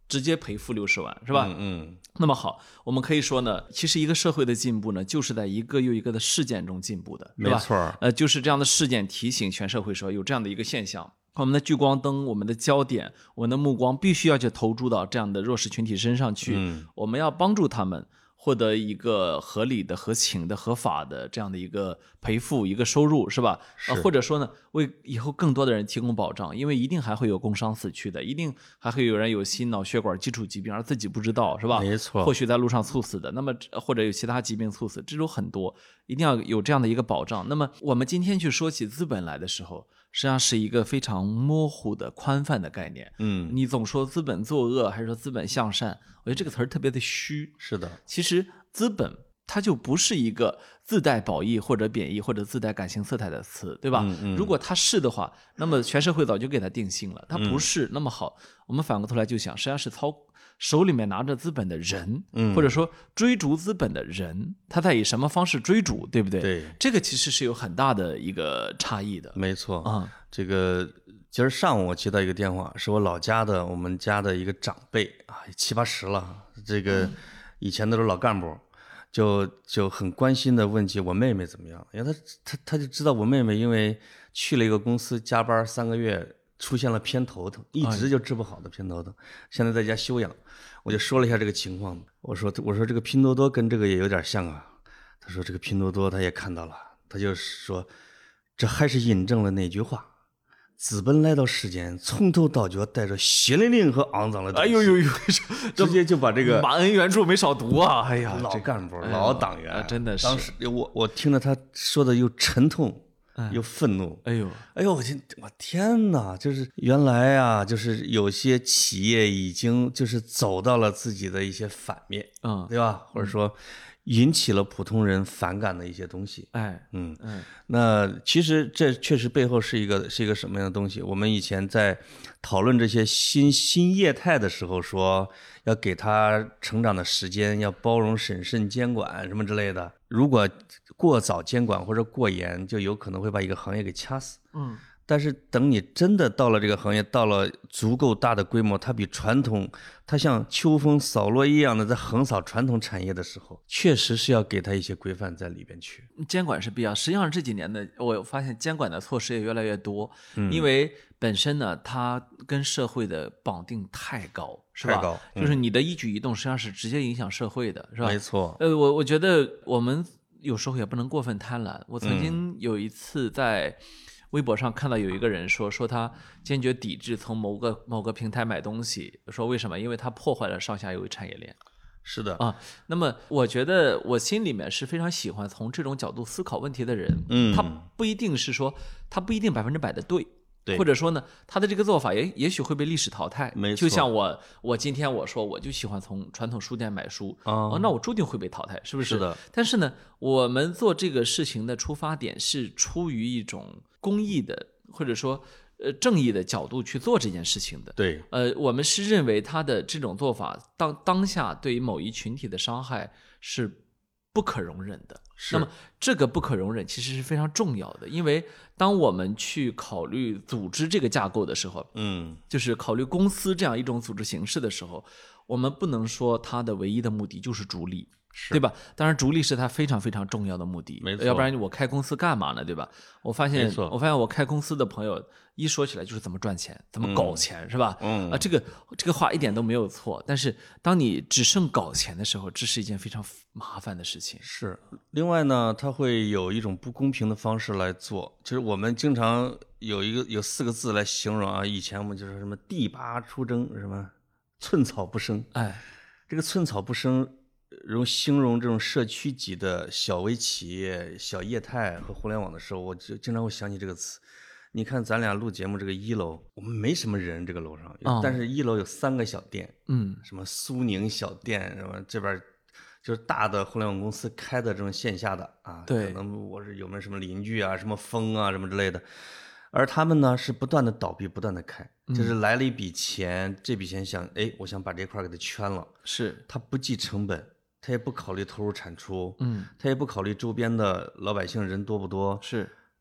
直接赔付六十万，是吧？ 嗯嗯。 那么好，我们可以说呢，其实一个社会的进步呢，就是在一个又一个的事件中进步的，是吧？ 没错。 呃，就是这样的事件提醒全社会说有这样的一个现象，我们的聚光灯、我们的焦点、我们的目光必须要去投注到这样的弱势群体身上去， 嗯、 我们要帮助他们获得一个合理的、合情的、合法的这样的一个赔付、一个收入，是吧？ 是。 呃，或者说呢，为以后更多的人提供保障，因为一定还会有工伤死去的，一定还会有人有心脑血管基础疾病而自己不知道，是吧？ 没错。 或许在路上猝死的，那么或者有其他疾病猝死，这种很多，一定要有这样的一个保障。那么我们今天去说起资本来的时候，实际上是一个非常模糊的、宽泛的概念。 嗯， 你总说资本作恶，还是说资本向善？我觉得这个词儿特别的虚。 是的， 其实资本它就不是一个自带褒义或者贬义或者自带感情色彩的词，对吧？ 嗯嗯、 如果它是的话，那么全社会早就给它定性了。它不是，嗯、那么好，我们反过头来就想，实际上是操手里面拿着资本的人， 嗯、 或者说追逐资本的人，他在以什么方式追逐，对不对？ 对， 这个其实是有很大的一个差异的。 没错啊、嗯， 这个今儿上午我接到一个电话，是我老家的，我们家的一个长辈啊，七八十了，这个以前都是老干部。就就很关心的问起我妹妹怎么样，因为他他他就知道我妹妹因为去了一个公司加班三个月，出现了偏头疼，一直就治不好的偏头疼，现在在家休养。我就说了一下这个情况，我说我说这个拼多多跟这个也有点像啊。他说这个拼多多他也看到了，他就说这还是印证了那句话。资本来到世间，从头到脚带着血淋淋和肮脏的东西。 哎呦呦呦！ 直接就把这个马恩原著没少读啊！哎呀， 老干部、哎、老党员、 啊，真的是。 当时我我听着他说的又沉痛又愤怒。 哎呦， 哎呦，我天，我天哪！就是原来啊，就是有些企业已经就是走到了自己的一些反面， 嗯， 对吧？或者说。引起了普通人反感的一些东西， 哎， 嗯嗯， 那其实这确实背后是一个是一个什么样的东西？我们以前在讨论这些新新业态的时候说，要给他成长的时间，要包容、审慎、监管什么之类的。如果过早监管或者过严，就有可能会把一个行业给掐死。 嗯。 但是等你真的到了这个行业，到了足够大的规模，它比传统，它像秋风扫落一样的在横扫传统产业的时候，确实是要给它一些规范在里边去。 监管是必要，实际上这几年的我发现监管的措施也越来越多， 嗯、 因为本身呢，它跟社会的绑定太高，是吧？ 太高， 嗯、就是你的一举一动实际上是直接影响社会的，是吧？ 没错。 呃，我我觉得我们有时候也不能过分贪婪。我曾经有一次在微博上看到有一个人说说他坚决抵制从某个某个平台买东西，说为什么？因为他破坏了上下游产业链。 是的啊，那么我觉得我心里面是非常喜欢从这种角度思考问题的人。 嗯， 他不一定是说他不一定百分之百的对。 对， 或者说呢，他的这个做法也也许会被历史淘汰。 没错， 就像我我今天我说我就喜欢从传统书店买书， 哦， 哦，那我注定会被淘汰，是不是？ 是的。 但是呢，我们做这个事情的出发点是出于一种公益的，或者说呃正义的角度去做这件事情的。 对， 呃，我们是认为他的这种做法当当下对于某一群体的伤害是不可容忍的。那么这个不可容忍其实是非常重要的，因为当我们去考虑组织这个架构的时候， 嗯， 就是考虑公司这样一种组织形式的时候，我们不能说它的唯一的目的就是逐利，对吧？当然逐利是它非常非常重要的目的， 没错， 要不然我开公司干嘛呢，对吧？我发现我发现我开公司的朋友一说起来就是怎么赚钱，怎么搞钱， 嗯、 是吧？ 嗯啊，这个这个话一点都没有错，但是当你只剩搞钱的时候，这是一件非常麻烦的事情。 是，另外呢，它会有一种不公平的方式来做，就是我们经常有一个有四个字来形容啊，以前我们就说什么地拔出征，什么寸草不生， 哎， 这个寸草不生。用形容这种社区级的小微企业、小业态和互联网的时候，我就经常会想起这个词。你看咱俩录节目这个一楼，我们没什么人，这个楼上， 哦、 但是一楼有三个小店， 嗯， 什么苏宁小店，什么这边就是大的互联网公司开的这种线下的啊， 对， 可能我是有没有什么邻居啊，什么风啊，什么之类的。而他们呢是不断的倒闭，不断的开，就是来了一笔钱，嗯、这笔钱想，哎，我想把这块给它圈了， 是他不计成本。他也不考虑投入产出， 嗯， 他也不考虑周边的老百姓人多不多， 是，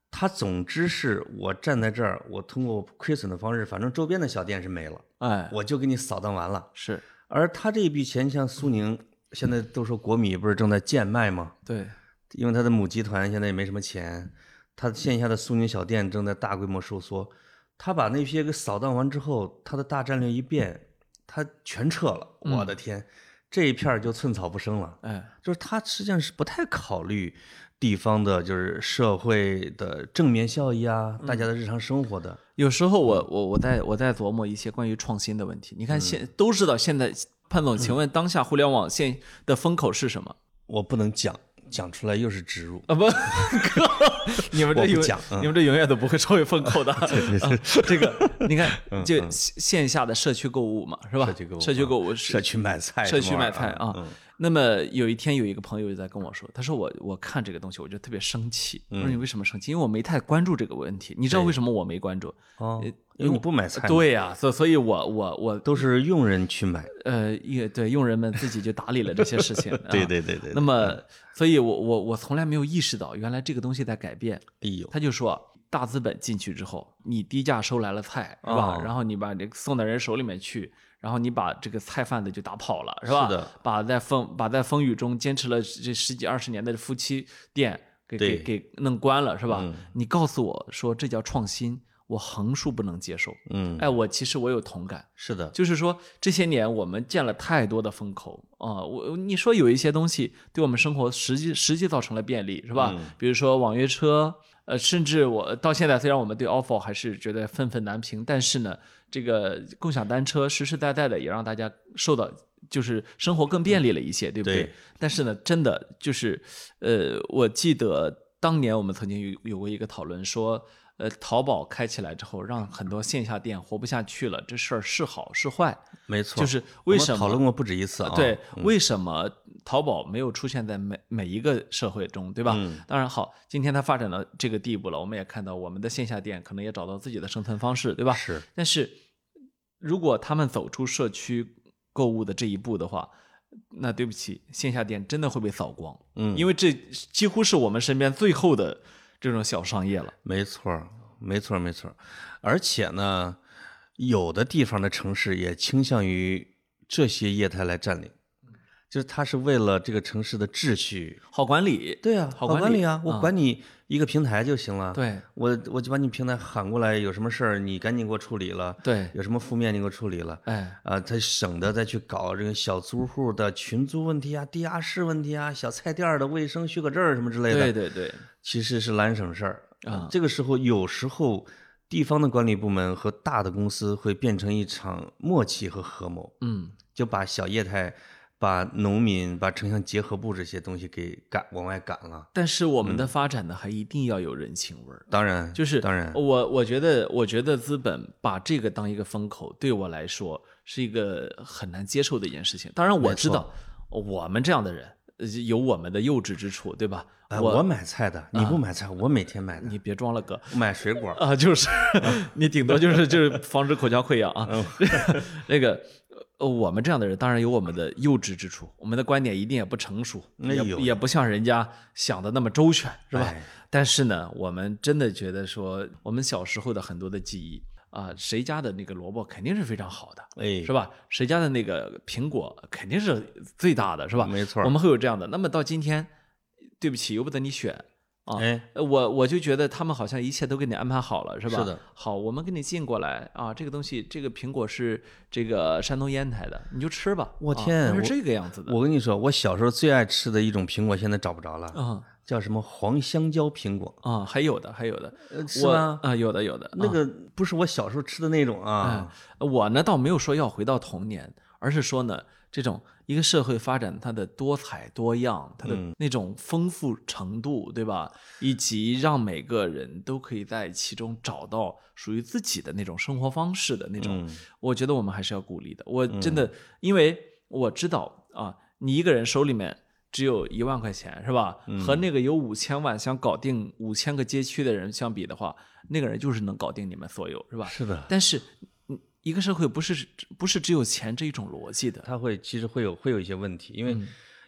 它总之是我站在这儿，我通过亏损的方式，反正周边的小店是没了， 哎， 我就给你扫荡完了。 是， 而他这一笔钱，像苏宁，现在都说国米不是正在贱卖吗？ 对， 因为他的母集团现在也没什么钱，他线下的苏宁小店正在大规模收缩。他把那些给扫荡完之后，他的大战略一变，他全撤了。我的天，这一片就寸草不生了。 哎， 就是他实际上是不太考虑地方的，就是社会的正面效益啊，大家的日常生活的。 有时候我我我在我在琢磨一些关于创新的问题。你看现都知道现在，潘总，请问当下互联网现的风口是什么？ 我不能讲。讲出来又是植入啊不，你们这永讲、嗯、 你们这永远都不会成为风口的。 对对对啊、这个你看，就线下的社区购物嘛，是吧？ 社区购物， 社区购物， 社区买菜， 社区买菜啊。 嗯、 那么有一天有一个朋友在跟我说，他说我我看这个东西我就特别生气。我说你为什么生气？因为我没太关注这个问题。你知道为什么我没关注？ 哦，因为你不买菜。 对呀、啊，所所以我我我都是佣人去买。 呃，也对，佣人们自己就打理了这些事情。 对对对 对, 对。 那么，所以我我我从来没有意识到，原来这个东西在改变。 哎呦， 他就说，大资本进去之后，你低价收来了菜，是吧？ 哦、 然后你把这送到人手里面去，然后你把这个菜贩子就打跑了，是吧？ 是的。 把在风把在风雨中坚持了这十几二十年的夫妻店给给给弄关了，是吧？ 嗯、 你告诉我说这叫创新。我横竖不能接受， 嗯， 哎，我其实我有同感， 是的， 就是说这些年我们见了太多的风口啊，我你说有一些东西对我们生活实际实际造成了便利，是吧？ 嗯、 比如说网约车，呃，甚至我到现在虽然我们对 ofo 还是觉得愤愤难平，但是呢，这个共享单车实实在在的也让大家受到就是生活更便利了一些，对不对？ 对。 但是呢，真的就是，呃，我记得当年我们曾经有有过一个讨论说。呃，淘宝开起来之后，让很多线下店活不下去了，这事儿是好是坏？ 没错， 就是为什么讨论过不止一次啊？ 对， 嗯、 为什么淘宝没有出现在每每一个社会中，对吧？ 嗯、 当然好，今天它发展到这个地步了，我们也看到我们的线下店可能也找到自己的生存方式，对吧？ 是。 但是如果他们走出社区购物的这一步的话，那对不起，线下店真的会被扫光。 嗯， 因为这几乎是我们身边最后的。这种小商业了， 没错，没错，没错。而且呢，有的地方的城市也倾向于这些业态来占领，就是它是为了这个城市的秩序好管理。 对啊， 好管理啊， 嗯、 我管你一个平台就行了。 对， 我我就把你平台喊过来，有什么事儿你赶紧给我处理了。 对， 有什么负面你给我处理了。 哎， 啊，他省得再去搞这个小租户的群租问题啊、地下室问题啊、小菜店的卫生许可证什么之类的。 对对对。 其实是懒省事儿啊！ 这个时候，有时候地方的管理部门和大的公司会变成一场默契和合谋， 嗯， 就把小业态、把农民、把城乡结合部这些东西给赶往外赶了。 但是我们的发展呢，还一定要有人情味儿。 当然， 就是当然， 我我觉得，我觉得资本把这个当一个风口，对我来说是一个很难接受的一件事情。当然，我知道我们这样的人有我们的幼稚之处，对吧？ 哎，我买菜的，你不买菜，我每天买的。 你别装了哥， 买水果啊，就是你顶多就是就是防止口腔溃疡啊。那个我们这样的人当然有我们的幼稚之处，我们的观点一定也不成熟，也也不像人家想的那么周全，是吧？但是呢，我们真的觉得说，我们小时候的很多的记忆啊，谁家的那个萝卜肯定是非常好的， 哎， 是吧？谁家的那个苹果肯定是最大的，是吧？ 没错， 我们会有这样的。那么到今天。对不起，由不得你选啊！ 哎， 我我就觉得他们好像一切都给你安排好了，是吧？ 是的。 好，我们给你进过来啊，这个东西，这个苹果是这个山东烟台的，你就吃吧。 我天， 啊、是这个样子的。 我跟你说，我小时候最爱吃的一种苹果，现在找不着了。 啊， 叫什么黄香蕉苹果啊？还有的，还有的， 是吗？ 啊，有的，有的。 那个不是我小时候吃的那种啊。 嗯、我呢，倒没有说要回到童年，而是说呢，这种。一个社会发展它的多彩多样，它的那种丰富程度，嗯、对吧？以及让每个人都可以在其中找到属于自己的那种生活方式的那种， 嗯、 我觉得我们还是要鼓励的。我真的，嗯、因为我知道啊，你一个人手里面只有一万块钱，是吧？ 嗯、 和那个有五千万想搞定五千个街区的人相比的话，那个人就是能搞定你们所有，是吧？ 是的。 但是。一个社会不是不是只有钱这一种逻辑的， 它会其实会有会有一些问题，因为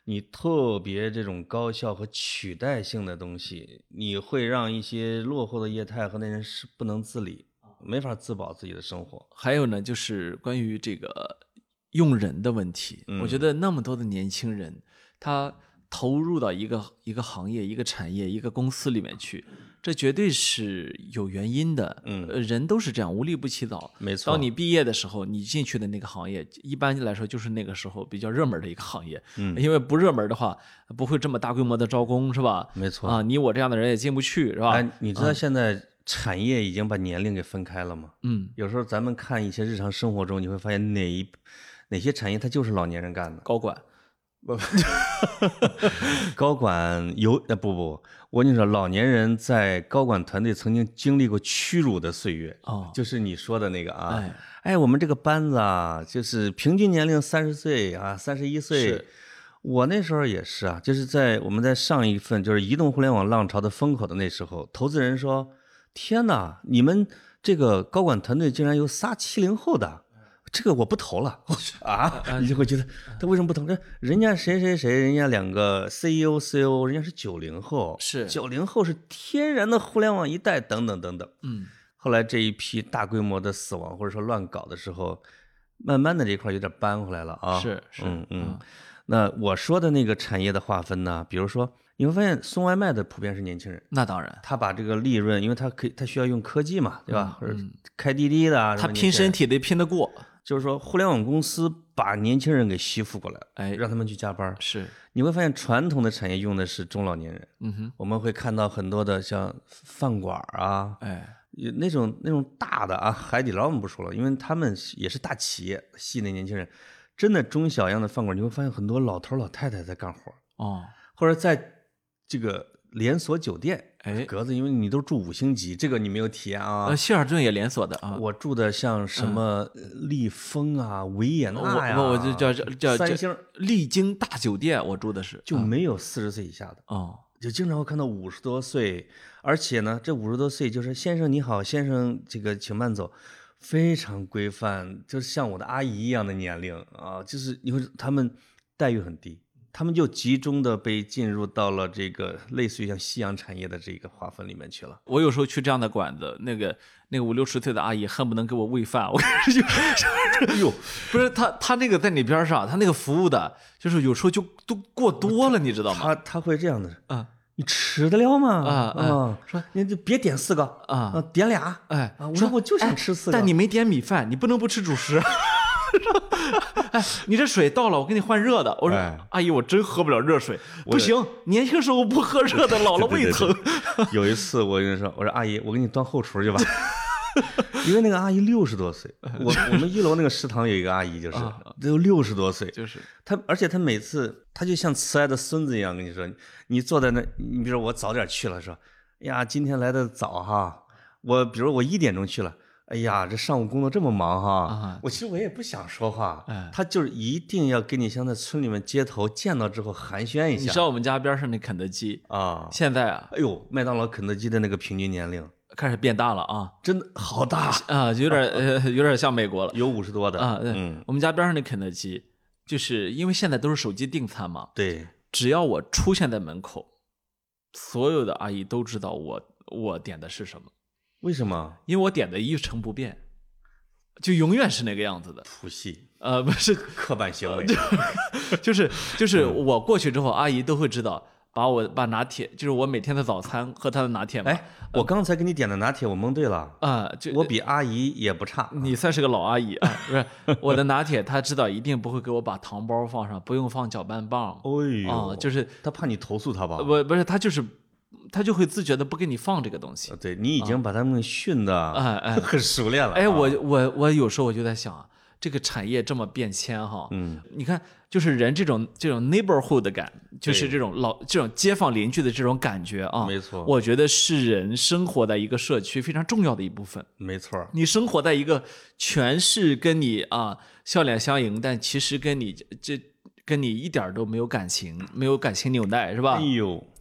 你特别这种高效和取代性的东西，你会让一些落后的业态和那人是不能自理，没法自保自己的生活。 还有呢，就是关于这个用人的问题， 嗯、 我觉得那么多的年轻人，他投入到一个一个行业、一个产业、一个公司里面去，这绝对是有原因的。 嗯， 人都是这样，无利不起早。 没错。 当你毕业的时候，你进去的那个行业，一般来说就是那个时候比较热门的一个行业。 嗯， 因为不热门的话，不会这么大规模的招工，是吧？ 没错啊，你我这样的人也进不去，是吧？ 哎，你知道现在产业已经把年龄给分开了吗？ 嗯， 有时候咱们看一些日常生活中，你会发现哪一哪些产业它就是老年人干的。 高管。 不，高管有呃不不，我跟你说，老年人在高管团队曾经经历过屈辱的岁月， 哦， 就是你说的那个啊， 哎， 哎，我们这个班子啊，就是平均年龄三十岁啊，三十一岁。我那时候也是啊，就是在我们在上一份就是移动互联网浪潮的风口的那时候，投资人说：“天哪，你们这个高管团队竟然有仨七零后的。”这个我不投了啊！你就会觉得他为什么不投？这人家谁谁谁，人家两个 C E O、C O O， 人家是九零后， 是九零后是天然的互联网一代，等等等等。 嗯， 后来这一批大规模的死亡或者说乱搞的时候，慢慢的这块有点扳回来了啊。 是是， 嗯嗯。那我说的那个产业的划分呢，比如说你会发现送外卖的普遍是年轻人， 那当然， 他把这个利润，因为他可以他需要用科技嘛，对吧？ 嗯、 或者开滴滴的啊， 他拼身体得拼得过。 就是说，互联网公司把年轻人给吸附过来， 哎， 让他们去加班。 是， 你会发现传统的产业用的是中老年人。 嗯哼， 我们会看到很多的像饭馆啊， 哎， 那种那种大的啊，海底捞我们不说了，因为他们也是大企业，吸那年轻人。真的中小样的饭馆，你会发现很多老头老太太在干活哦， 或者在这个连锁酒店。 哎， 格子，因为你都住五星级，这个你没有体验啊。 呃，希尔顿也连锁的啊。 我住的像什么丽枫啊、维也纳呀， 我我就叫叫三星丽晶大酒店，我住的是就没有四十岁以下的哦， 就经常会看到五十多岁，而且呢，这五十多岁就是先生你好，先生这个请慢走，非常规范，就是像我的阿姨一样的年龄啊，就是你会他们待遇很低。他们就集中的被进入到了这个类似于像夕阳产业的这个划分里面去了。 我有时候去这样的馆子，那个那个五六十岁的阿姨恨不能给我喂饭，我就哎呦，不是他他那个在你边上，他那个服务的，就是有时候就都过多了，你知道吗？ 他他会这样的啊， 你吃得了吗？ 啊啊， 说你就别点四个啊， 点俩， 哎， 我说我就想吃四个， 但你没点米饭，你不能不吃主食。哎，你这水倒了，我给你换热的。我说，哎、阿姨，我真喝不了热水。不行，年轻时候不喝热的，老了胃疼。 对对对有一次我跟你说，我说阿姨，我给你端后厨去吧。因为那个阿姨六十多岁，我我们一楼那个食堂有一个阿姨，就是都六十多岁， 就是她，而且她每次她就像慈爱的孙子一样跟你说，你坐在那，你比如说我早点去了，说，哎呀，今天来的早哈，我比如我一点钟去了。哎呀，这上午工作这么忙哈，啊、我其实我也不想说话，哎、他就是一定要跟你像在村里面街头见到之后寒暄一下。 你知道我们家边上那肯德基啊， 现在啊， 哎呦，麦当劳、肯德基的那个平均年龄开始变大了啊， 真的好大啊，有点呃，有点像美国了， 有五十多的啊。嗯，我们家边上那肯德基，就是因为现在都是手机订餐嘛， 对， 只要我出现在门口，所有的阿姨都知道我我点的是什么。 为什么？ 因为我点的一成不变，就永远是那个样子的。 谱系， 呃，不是刻板行为， 就是就是我过去之后，阿姨都会知道，把我把拿铁，就是我每天的早餐喝她的拿铁嘛。 哎，我刚才给你点的拿铁，我蒙对了啊，就我比阿姨也不差。 你算是个老阿姨啊，不是我的拿铁，她知道一定不会给我把糖包放上，不用放搅拌棒。 哎呦， 啊，就是她怕你投诉她吧？ 不，不是，她就是。他就会自觉的不给你放这个东西。 对，你已经把他们训的哎哎很熟练了。 哎，我我我有时候我就在想，这个产业这么变迁哈， 嗯， 你看，就是人这种这种 neighborhood 的感，就是这种老这种街坊邻居的这种感觉啊， 没错， 我觉得是人生活在一个社区非常重要的一部分。 没错， 你生活在一个全是跟你啊笑脸相迎，但其实跟你这跟你一点都没有感情，没有感情纽带，是吧？ 哎呦。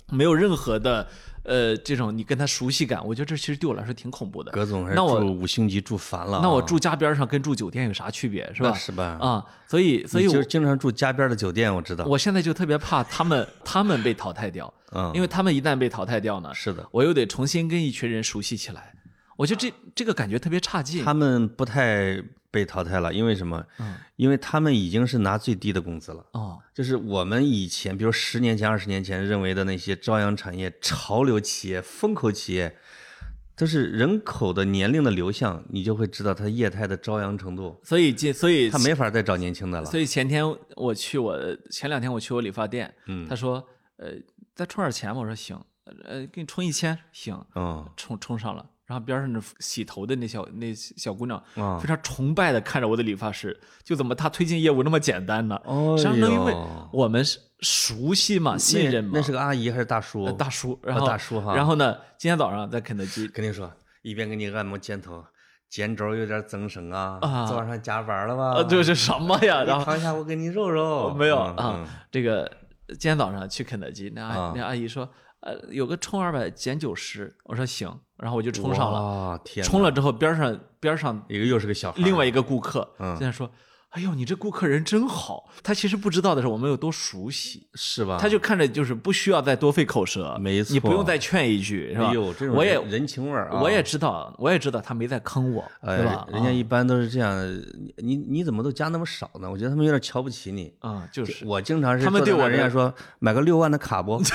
没有任何的呃这种你跟他熟悉感，我觉得这其实对我来说挺恐怖的。 葛总还是那我住五星级住烦了、啊， 那我住家边上跟住酒店有啥区别是吧？ 是吧？ 啊，所以所以我就是经常住家边的酒店，我知道。 我现在就特别怕他们他们被淘汰掉， 嗯， 因为他们一旦被淘汰掉呢， 是的， 我又得重新跟一群人熟悉起来，我觉得这这个感觉特别差劲。 他们不太被淘汰了，因为什么？嗯，因为他们已经是拿最低的工资了。 哦， 就是我们以前，比如十年前、二十年前认为的那些朝阳产业、潮流企业、风口企业，都是人口的年龄的流向，你就会知道它业态的朝阳程度。 所以这所以他没法再找年轻的了。 所以前天我去我前两天我去我理发店， 嗯， 他说呃再充点钱吗？我说行，呃给你充一千，行， 嗯， 充充上了。然后边上那洗头的那小那小姑娘， 啊， 非常崇拜的看着我的理发师，就怎么他推进业务那么简单呢？ 哦， 实际上因为我们是熟悉嘛，信任嘛。 那是个阿姨还是大叔？ 大叔，然后、 哦、大叔哈。 然后呢，今天早上在肯德基， 跟你说，一边给你按摩肩头，肩周有点增生啊， 啊昨晚上加班了吧？ 啊，这是什么呀？然后躺下我给你揉揉。 没有、 嗯、 啊、 嗯， 这个今天早上去肯德基，那阿、 啊、 那阿姨说。呃，有个充二百减九十，我说行，然后我就充上了。 天！ 充了之后，边上边上一个又是个小孩， 另外一个顾客， 嗯， 现在说，哎呦，你这顾客人真好。他其实不知道的是我们有多熟悉， 是吧？ 他就看着就是不需要再多费口舌， 没错， 你不用再劝一句，是吧？ 哎呦，这种我也人情味儿啊， 我也知道，我也知道他没在坑我， 哎、 对吧？ 人家一般都是这样，你你怎么都加那么少呢？我觉得他们有点瞧不起你啊、嗯，就是我经常是他们对我人家说买个六万的卡不？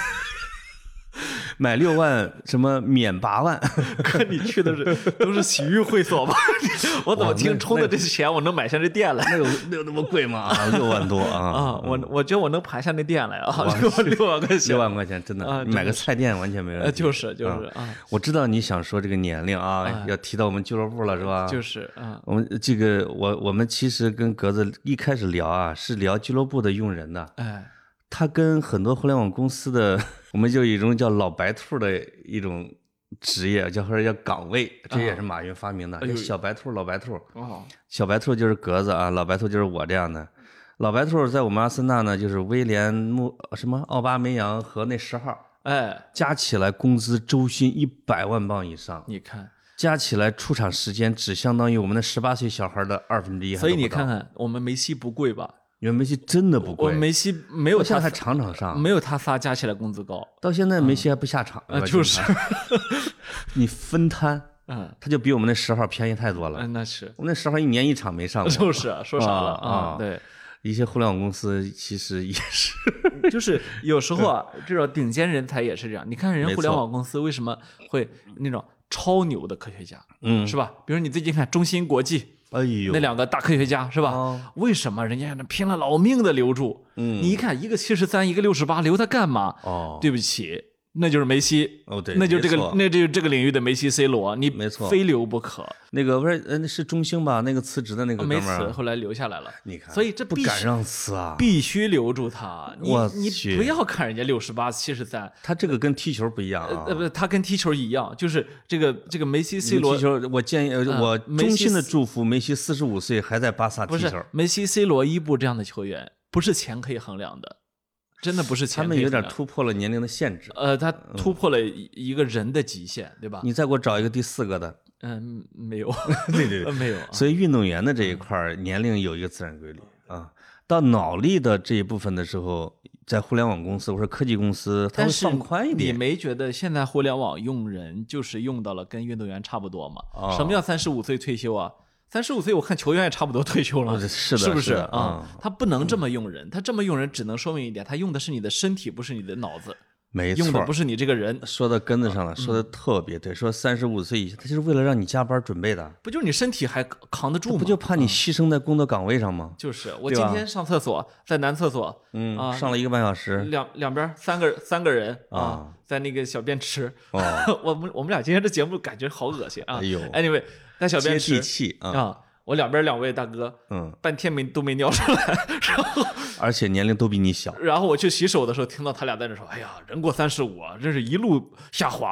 买六万什么免八万？ 哥，你去的是都是洗浴会所吧？我怎么听充的这钱我能买下这店来？ 那有那有那么贵吗？啊，六万多啊！ 啊，我我觉得我能盘下那店来啊，六万六万块钱， 六万块钱真的， 啊、 你买个菜店完全没问题。 就是就是啊， 我知道你想说这个年龄啊，要提到我们俱乐部了是吧？ 就是啊， 我们这个我我们其实跟格子一开始聊啊，是聊俱乐部的用人的， 哎。 他跟很多互联网公司的，我们就有一种叫老白兔的一种职业，叫或者叫岗位，这也是马云发明的，叫小白兔、老白兔。 哦， 小白兔就是格子啊，老白兔就是我这样的。老白兔在我们阿森纳呢，就是威廉穆什么奥巴梅扬和那十号， 哎， 加起来工资周薪一百万镑以上。 你看， 加起来出场时间只相当于我们的十八岁小孩的二分之一。 所以你看看，我们梅西不贵吧？ 因为梅西真的不贵， 我梅西没有他还场场上， 没有他仨加起来工资高。 到现在梅西还不下场， 啊，就是你分摊， 嗯， 他就比我们那十号便宜太多了。 嗯，那是我们那十号一年一场没上过， 就是啊，说啥了啊？ 对， 一些互联网公司其实也是， 就是有时候啊，这种顶尖人才也是这样。你看人互联网公司为什么会那种超牛的科学家， 嗯， 是吧？比如你最近看中芯国际。 哎呦， 那两个大科学家是吧？ 哦、 为什么人家拼了老命的留住？ 嗯， 你一看一个七十三，一个六十八，留他干嘛？ 哦， 对不起，那就是梅西。 哦，对， 那就这个，那就是这个领域的梅西、C 罗，你没错， 非留不可。 那个不是，呃，是中兴吧？那个辞职的那个哥们儿，没辞，后来留下来了。 你看， 所以这不敢让辞啊， 必须留住他。你你去不要看人家六十八、七十三， 他这个跟踢球不一样啊。 呃，不，他跟踢球一样，就是这个这个梅西、C 罗。 踢球，我建议我衷心的祝福梅西四十五岁还在巴萨踢球。 不是梅西、C 罗、伊布这样的球员，不是钱可以衡量的。真的不是钱， 他们有点突破了年龄的限制。 呃，他突破了一个人的极限，对吧？ 你再给我找一个第四个的。 嗯，没有， 对对， 没有。 所以运动员的这一块年龄有一个自然规律啊。到脑力的这一部分的时候，在互联网公司或者科技公司，它会放宽一点。 你没觉得现在互联网用人就是用到了跟运动员差不多吗？ 哦、 什么叫三十五岁退休啊？三十五岁，我看球员也差不多退休了， 是的， 是不是啊、 嗯？他不能这么用人，他这么用人只能说明一点，他用的是你的身体，不是你的脑子。 没错， 用的不是你这个人。 说到根子上了， 嗯、 说的特别对。说三十五岁以下，他就是为了让你加班准备的， 不就是你身体还扛得住吗？ 不就怕你牺牲在工作岗位上吗？ 嗯、就是我今天上厕所，在男厕所， 嗯啊， 上了一个半小时， 两两边三个三个人啊。 啊在那个小便池， 哦、 我们我们俩今天这节目感觉好恶心啊！ 哎呦 ，anyway， 在小便池， 接地气啊！ 啊我两边两位大哥， 嗯， 半天没都没尿出来，然后而且年龄都比你小。 然后我去洗手的时候，听到他俩在那说：“哎呀，人过三十五啊，真是一路下滑。”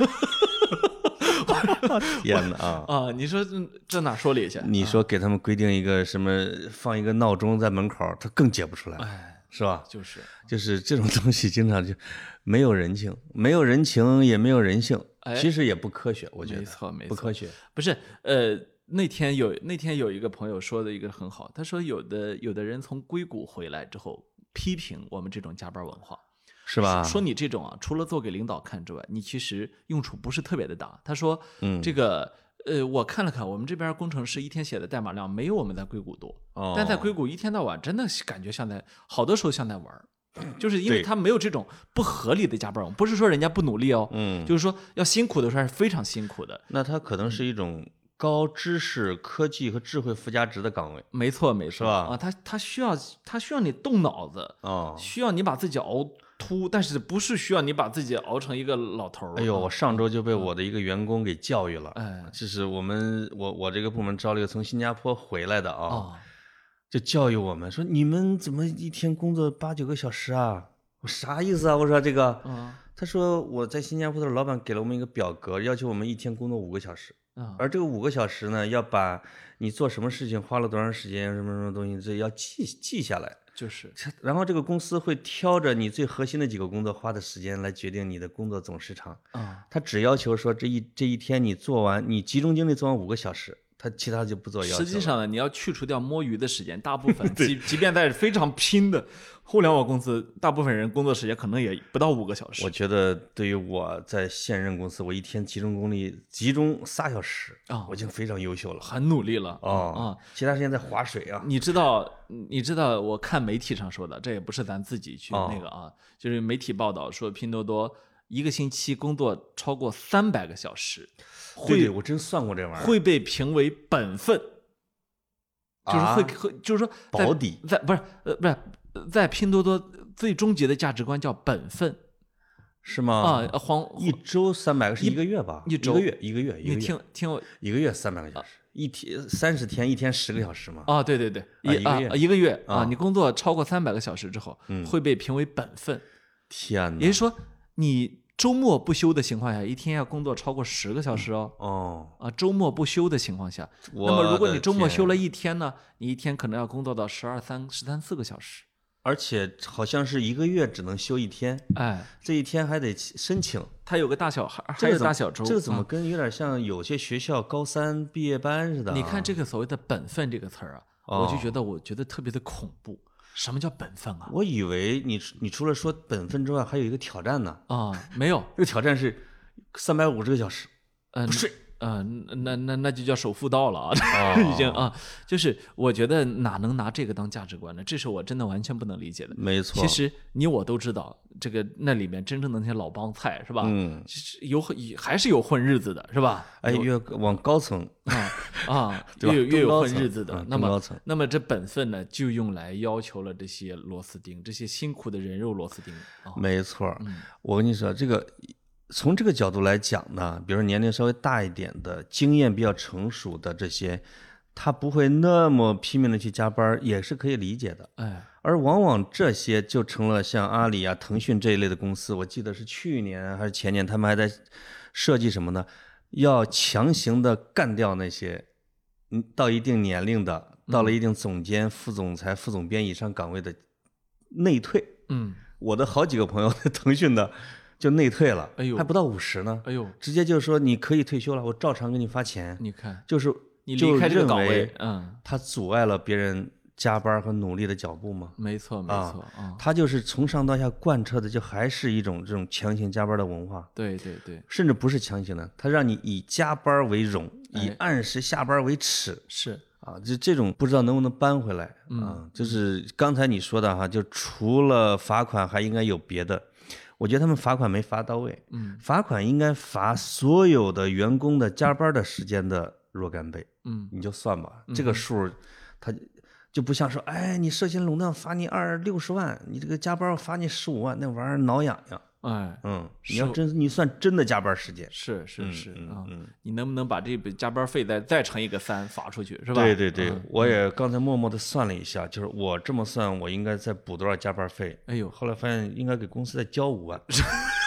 天哪啊！ 啊，你说这这哪说理去？ 你说给他们规定一个什么，放一个闹钟在门口，他更解不出来。 哎， 是吧？ 就是就是这种东西，经常就没有人情，没有人情也没有人性，其实也不科学，我觉得没错没错， 不科学。 不是呃，那天有那天有一个朋友说的一个很好，他说有的有的人从硅谷回来之后，批评我们这种加班文化。 是吧？ 说你这种啊，除了做给领导看之外，你其实用处不是特别的大。他说， 嗯， 这个呃，我看了看，我们这边工程师一天写的代码量没有我们在硅谷多，哦、但在硅谷一天到晚真的感觉像在好多时候像在玩儿，就是因为他没有这种不合理的加班，不是说人家不努力哦， 嗯， 就是说要辛苦的时候是非常辛苦的。 那他可能是一种高知识、科技和智慧附加值的岗位， 没错没错， 是吧？ 啊，他他需要他需要你动脑子， 哦， 需要你把自己熬。秃，但是不是需要你把自己熬成一个老头儿？ 哎呦，我上周就被我的一个员工给教育了。 哎， 就是我们我我这个部门招了一个从新加坡回来的啊， 哦、 就教育我们说，你们怎么一天工作八九个小时啊？我啥意思啊？我说这个， 嗯、 他说我在新加坡的时候，老板给了我们一个表格，要求我们一天工作五个小时。 嗯、 而这个五个小时呢，要把你做什么事情花了多长时间，什么什么东西，这要记记下来。 就是， 然后这个公司会挑着你最核心的几个工作花的时间来决定你的工作总时长。 啊， 他只要求说这一这一天你做完，你集中精力做完五个小时，他其他就不做要求。 实际上呢，你要去除掉摸鱼的时间，大部分即即便在非常拼的互联网公司，大部分人工作时间可能也不到五个小时。 我觉得对于我在现任公司，我一天集中功力集中仨小时啊，我已经非常优秀了， 很努力了啊啊！其他时间在划水啊。 你知道，你知道，我看媒体上说的，这也不是咱自己去那个啊，哦、就是媒体报道说，拼多多一个星期工作超过三百个小时，会对对，我真算过这玩意儿， 会被评为本分，就是会、 啊、 会就是说保底， 在不是呃不是在拼多多最终极的价值观叫本分。 是吗？ 啊，黄一周三百个是一个月吧？ 一周一个月一个月一个月。 你听听我一个月三百个小时，一天三十天，一天十个小时嘛。 啊，对对对，一一个月一个月啊，你工作超过三百个小时之后，会被评为本分。 天哪！ 也就是说，你周末不休的情况下，一天要工作超过十个小时哦。 哦啊，周末不休的情况下，那么如果你周末休了一天呢，你一天可能要工作到十二三十三四个小时。 而且好像是一个月只能休一天， 哎， 这一天还得申请。 他有个大小还还有大小周， 这个怎么跟有点像有些学校高三毕业班似的、啊？ 你看这个所谓的本分这个词儿啊，哦、我就觉得我觉得特别的恐怖。什么叫本分啊？ 我以为你你除了说本分之外，还有一个挑战呢。 啊，没有， 这个挑战是三百五十个小时， 嗯、呃， 不睡。 呃，那那那就叫首富到了啊，哦、已经啊，就是我觉得哪能拿这个当价值观呢？这是我真的完全不能理解的。 没错， 其实你我都知道，这个那里面真正的那些老帮菜是吧？ 嗯， 有还是有混日子的是吧？ 哎，越往高层啊啊，越有越有混日子的。 嗯、 那么那么这本分呢，就用来要求了这些螺丝钉，这些辛苦的人肉螺丝钉。啊、 没错， 嗯、 我跟你说这个。从这个角度来讲呢，比如说年龄稍微大一点的、经验比较成熟的这些，他不会那么拼命的去加班，也是可以理解的。 哎， 而往往这些就成了像阿里啊、腾讯这一类的公司，我记得是去年还是前年，他们还在设计什么呢？要强行的干掉那些嗯到一定年龄的、到了一定总监、副总裁、副总编以上岗位的内退。 嗯， 我的好几个朋友在腾讯的。就内退了， 哎呦， 还不到五十呢， 哎呦， 直接就是说你可以退休了，我照常给你发钱。 你看， 就是你离开这个岗位，嗯， 他阻碍了别人加班和努力的脚步吗？ 没错，没错啊， 他就是从上到下贯彻的，就还是一种这种强行加班的文化。 对对对， 甚至不是强行的，他让你以加班为荣，以按时下班为耻。 是啊，就这种不知道能不能搬回来啊？就是刚才你说的哈，就除了罚款，还应该有别的。我觉得他们罚款没罚到位， 嗯， 罚款应该罚所有的员工的加班的时间的若干倍， 嗯， 你就算吧，这个数，他就不像说，哎，你涉嫌垄断罚你二六十万，你这个加班罚你十五万，那玩意儿挠痒痒。 哎， 嗯，你要真你算真的加班时间， 是是是啊， 嗯， 你能不能把这笔加班费再再乘一个三发出去，是吧？ 对对对，我也刚才默默的算了一下，就是我这么算，我应该再补多少加班费？ 哎呦， 后来发现应该给公司再交五万。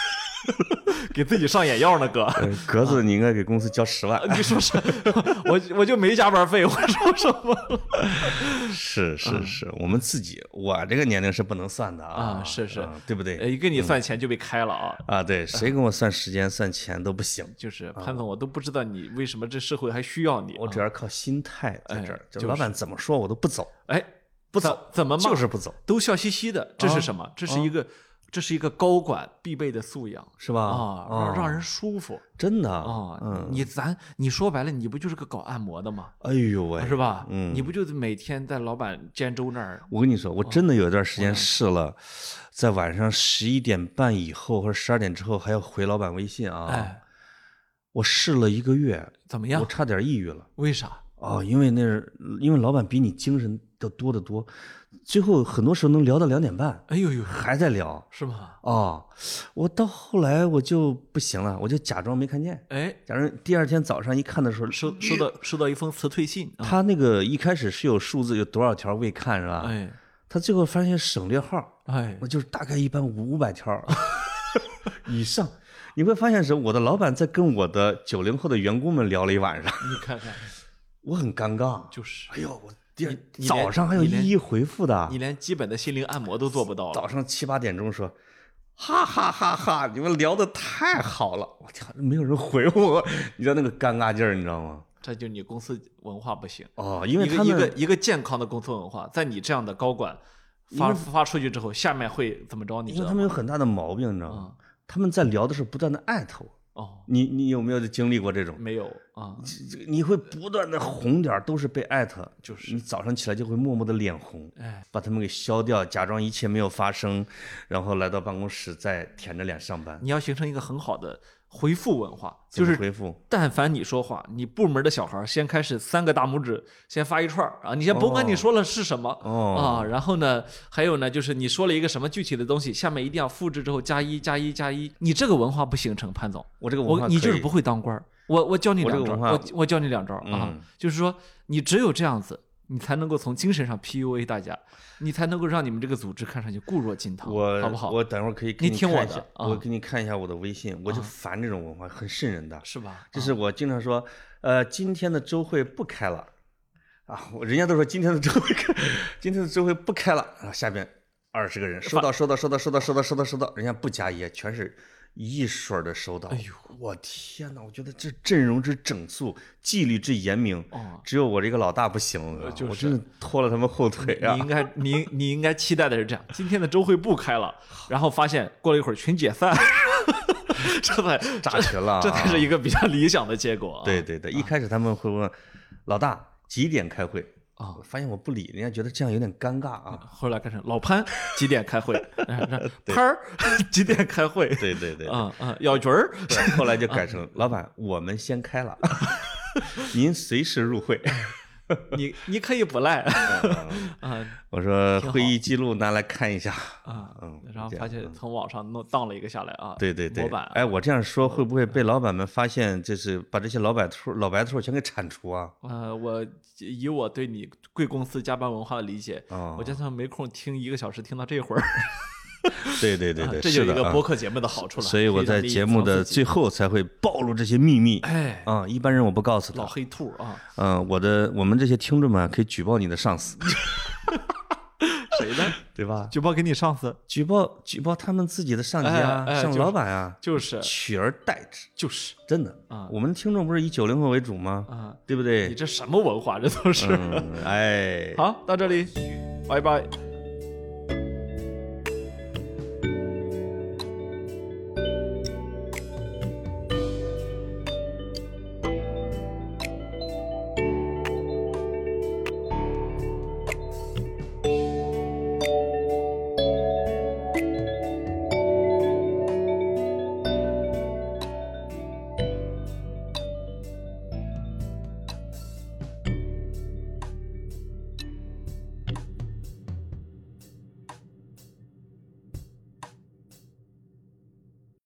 给自己上眼药呢，哥。 格子，你应该给公司交十万。 你说是，我我就没加班费，我说什么？ 是是是，我们自己，我这个年龄是不能算的啊， 啊是是， 对不对？ 一跟你算钱就被开了啊啊，对，谁跟我算时间算钱都不行。 就是潘总，我都不知道你为什么这社会还需要你。 我主要靠心态在这儿，就老板怎么说我都不走。 哎， 不走怎么骂就是不走， 都笑嘻嘻的，这是什么？这是一个。这是一个高管必备的素养， 是吧？ 啊，让让人舒服， 真的啊！你咱你说白了，你不就是个搞按摩的吗？ 哎呦喂， 是吧？ 嗯， 你不就每天在老板肩周那儿？ 我跟你说，我真的有一段时间试了，在晚上十一点半以后或者十二点之后还要回老板微信啊。 哎， 我试了一个月， 怎么样？ 我差点抑郁了。 为啥？ 哦，因为那是因为老板比你精神的多得多。最后很多时候能聊到两点半， 哎呦呦， 还在聊， 是吗？ 哦，我到后来我就不行了，我就假装没看见， 哎， 假如第二天早上一看的时候， 收收到收到一封辞退信， 他那个一开始是有数字，有多少条未看是吧？ 哎， 他最后发现省略号， 哎， 我就是大概一般五百条以上，你会发现是我的老板在跟我的九零后的员工们聊了一晚上， 你看看， 我很尴尬， 就是， 哎呦我。第二早上还有一一回复的， 你连基本的心灵按摩都做不到了。 早上七八点钟说，哈哈哈哈，你们聊得太好了，我天，没有人回我，你知道那个尴尬劲儿，你知道吗？ 这就你公司文化不行哦，因为他们一个一个健康的公司文化，在你这样的高管发发出去之后，下面会怎么着？你知道吗？ 因为他们有很大的毛病，你知道吗？他们在聊的时候不断的艾特我。 哦， 你你有没有经历过这种？ 没有啊， 你会不断的红点都是被艾特， 就是你早上起来就会默默的脸红， 哎， 把他们给消掉，假装一切没有发生，然后来到办公室再舔着脸上班。 你要形成一个很好的回复文化，就是回复， 但凡你说话，你部门的小孩先开始三个大拇指，先发一串啊，你先甭管你说了是什么、 哦、 啊，然后呢，还有呢，就是你说了一个什么具体的东西，下面一定要复制之后加一加一加一，你这个文化不形成，潘总， 我这个文化我你就是不会当官，我我教你两招， 我我我教你两招、 嗯、 啊，就是说你只有这样子，你才能够从精神上 P U A 大家。你才能够让你们这个组织看上去固若金汤， 我好不好？ 我等会儿可以给你听我的， 啊、 我给你看一下我的微信，我就烦这种文化，很瘆人的， 是吧？ 就是我经常说，呃，今天的周会不开了，啊，人家都说今天的周会开，今天的周会不开了，然后下边二十个人收到收到收到收到收到收到收到，人家不加一，全是一水的收到。 哎呦， 我天哪！我觉得这阵容之整肃，纪律之严明， 哦、 只有我这个老大不行， 就是、 我真的拖了他们后腿啊！ 你应该你你应该期待的是这样：今天的周会不开了，然后发现过了一会儿群解散，这才炸群了、啊， 这才是一个比较理想的结果、啊。 对对对，一开始他们会问、啊、老大几点开会。 啊， 发现我不理，人家觉得这样有点尴尬啊。 后来改成老潘几点开会？潘儿几点开会？ 对对对， 啊啊，小菊儿。 后来就改成老板，我们先开了，您随时入会。 你你可以不赖啊！ 我说会议记录拿来看一下啊，嗯，然后发现从网上弄荡了一个下来啊。 对对对， 模板。 哎，我这样说会不会被老板们发现？就是把这些老白兔、老白兔全给铲除啊？ 呃，我以我对你贵公司加班文化的理解， 哦、 我经常没空听一个小时，听到这会儿。 对对对对， 啊、这就是一个播客节目的好处了。 所以我在节目的最后才会暴露这些秘密。 哎， 啊，一般人我不告诉他。 老黑兔啊。 嗯，我的我们这些听众们可以举报你的上司。 谁呢？ 对吧？ 举报给你上司， 举报举报他们自己的上级啊， 哎哎、 上老板啊， 就是取而代之， 就是真的啊。 我们听众不是以九零后为主吗？ 啊， 对不对？ 你这什么文化？这都是。 嗯、哎， 好，到这里，拜拜。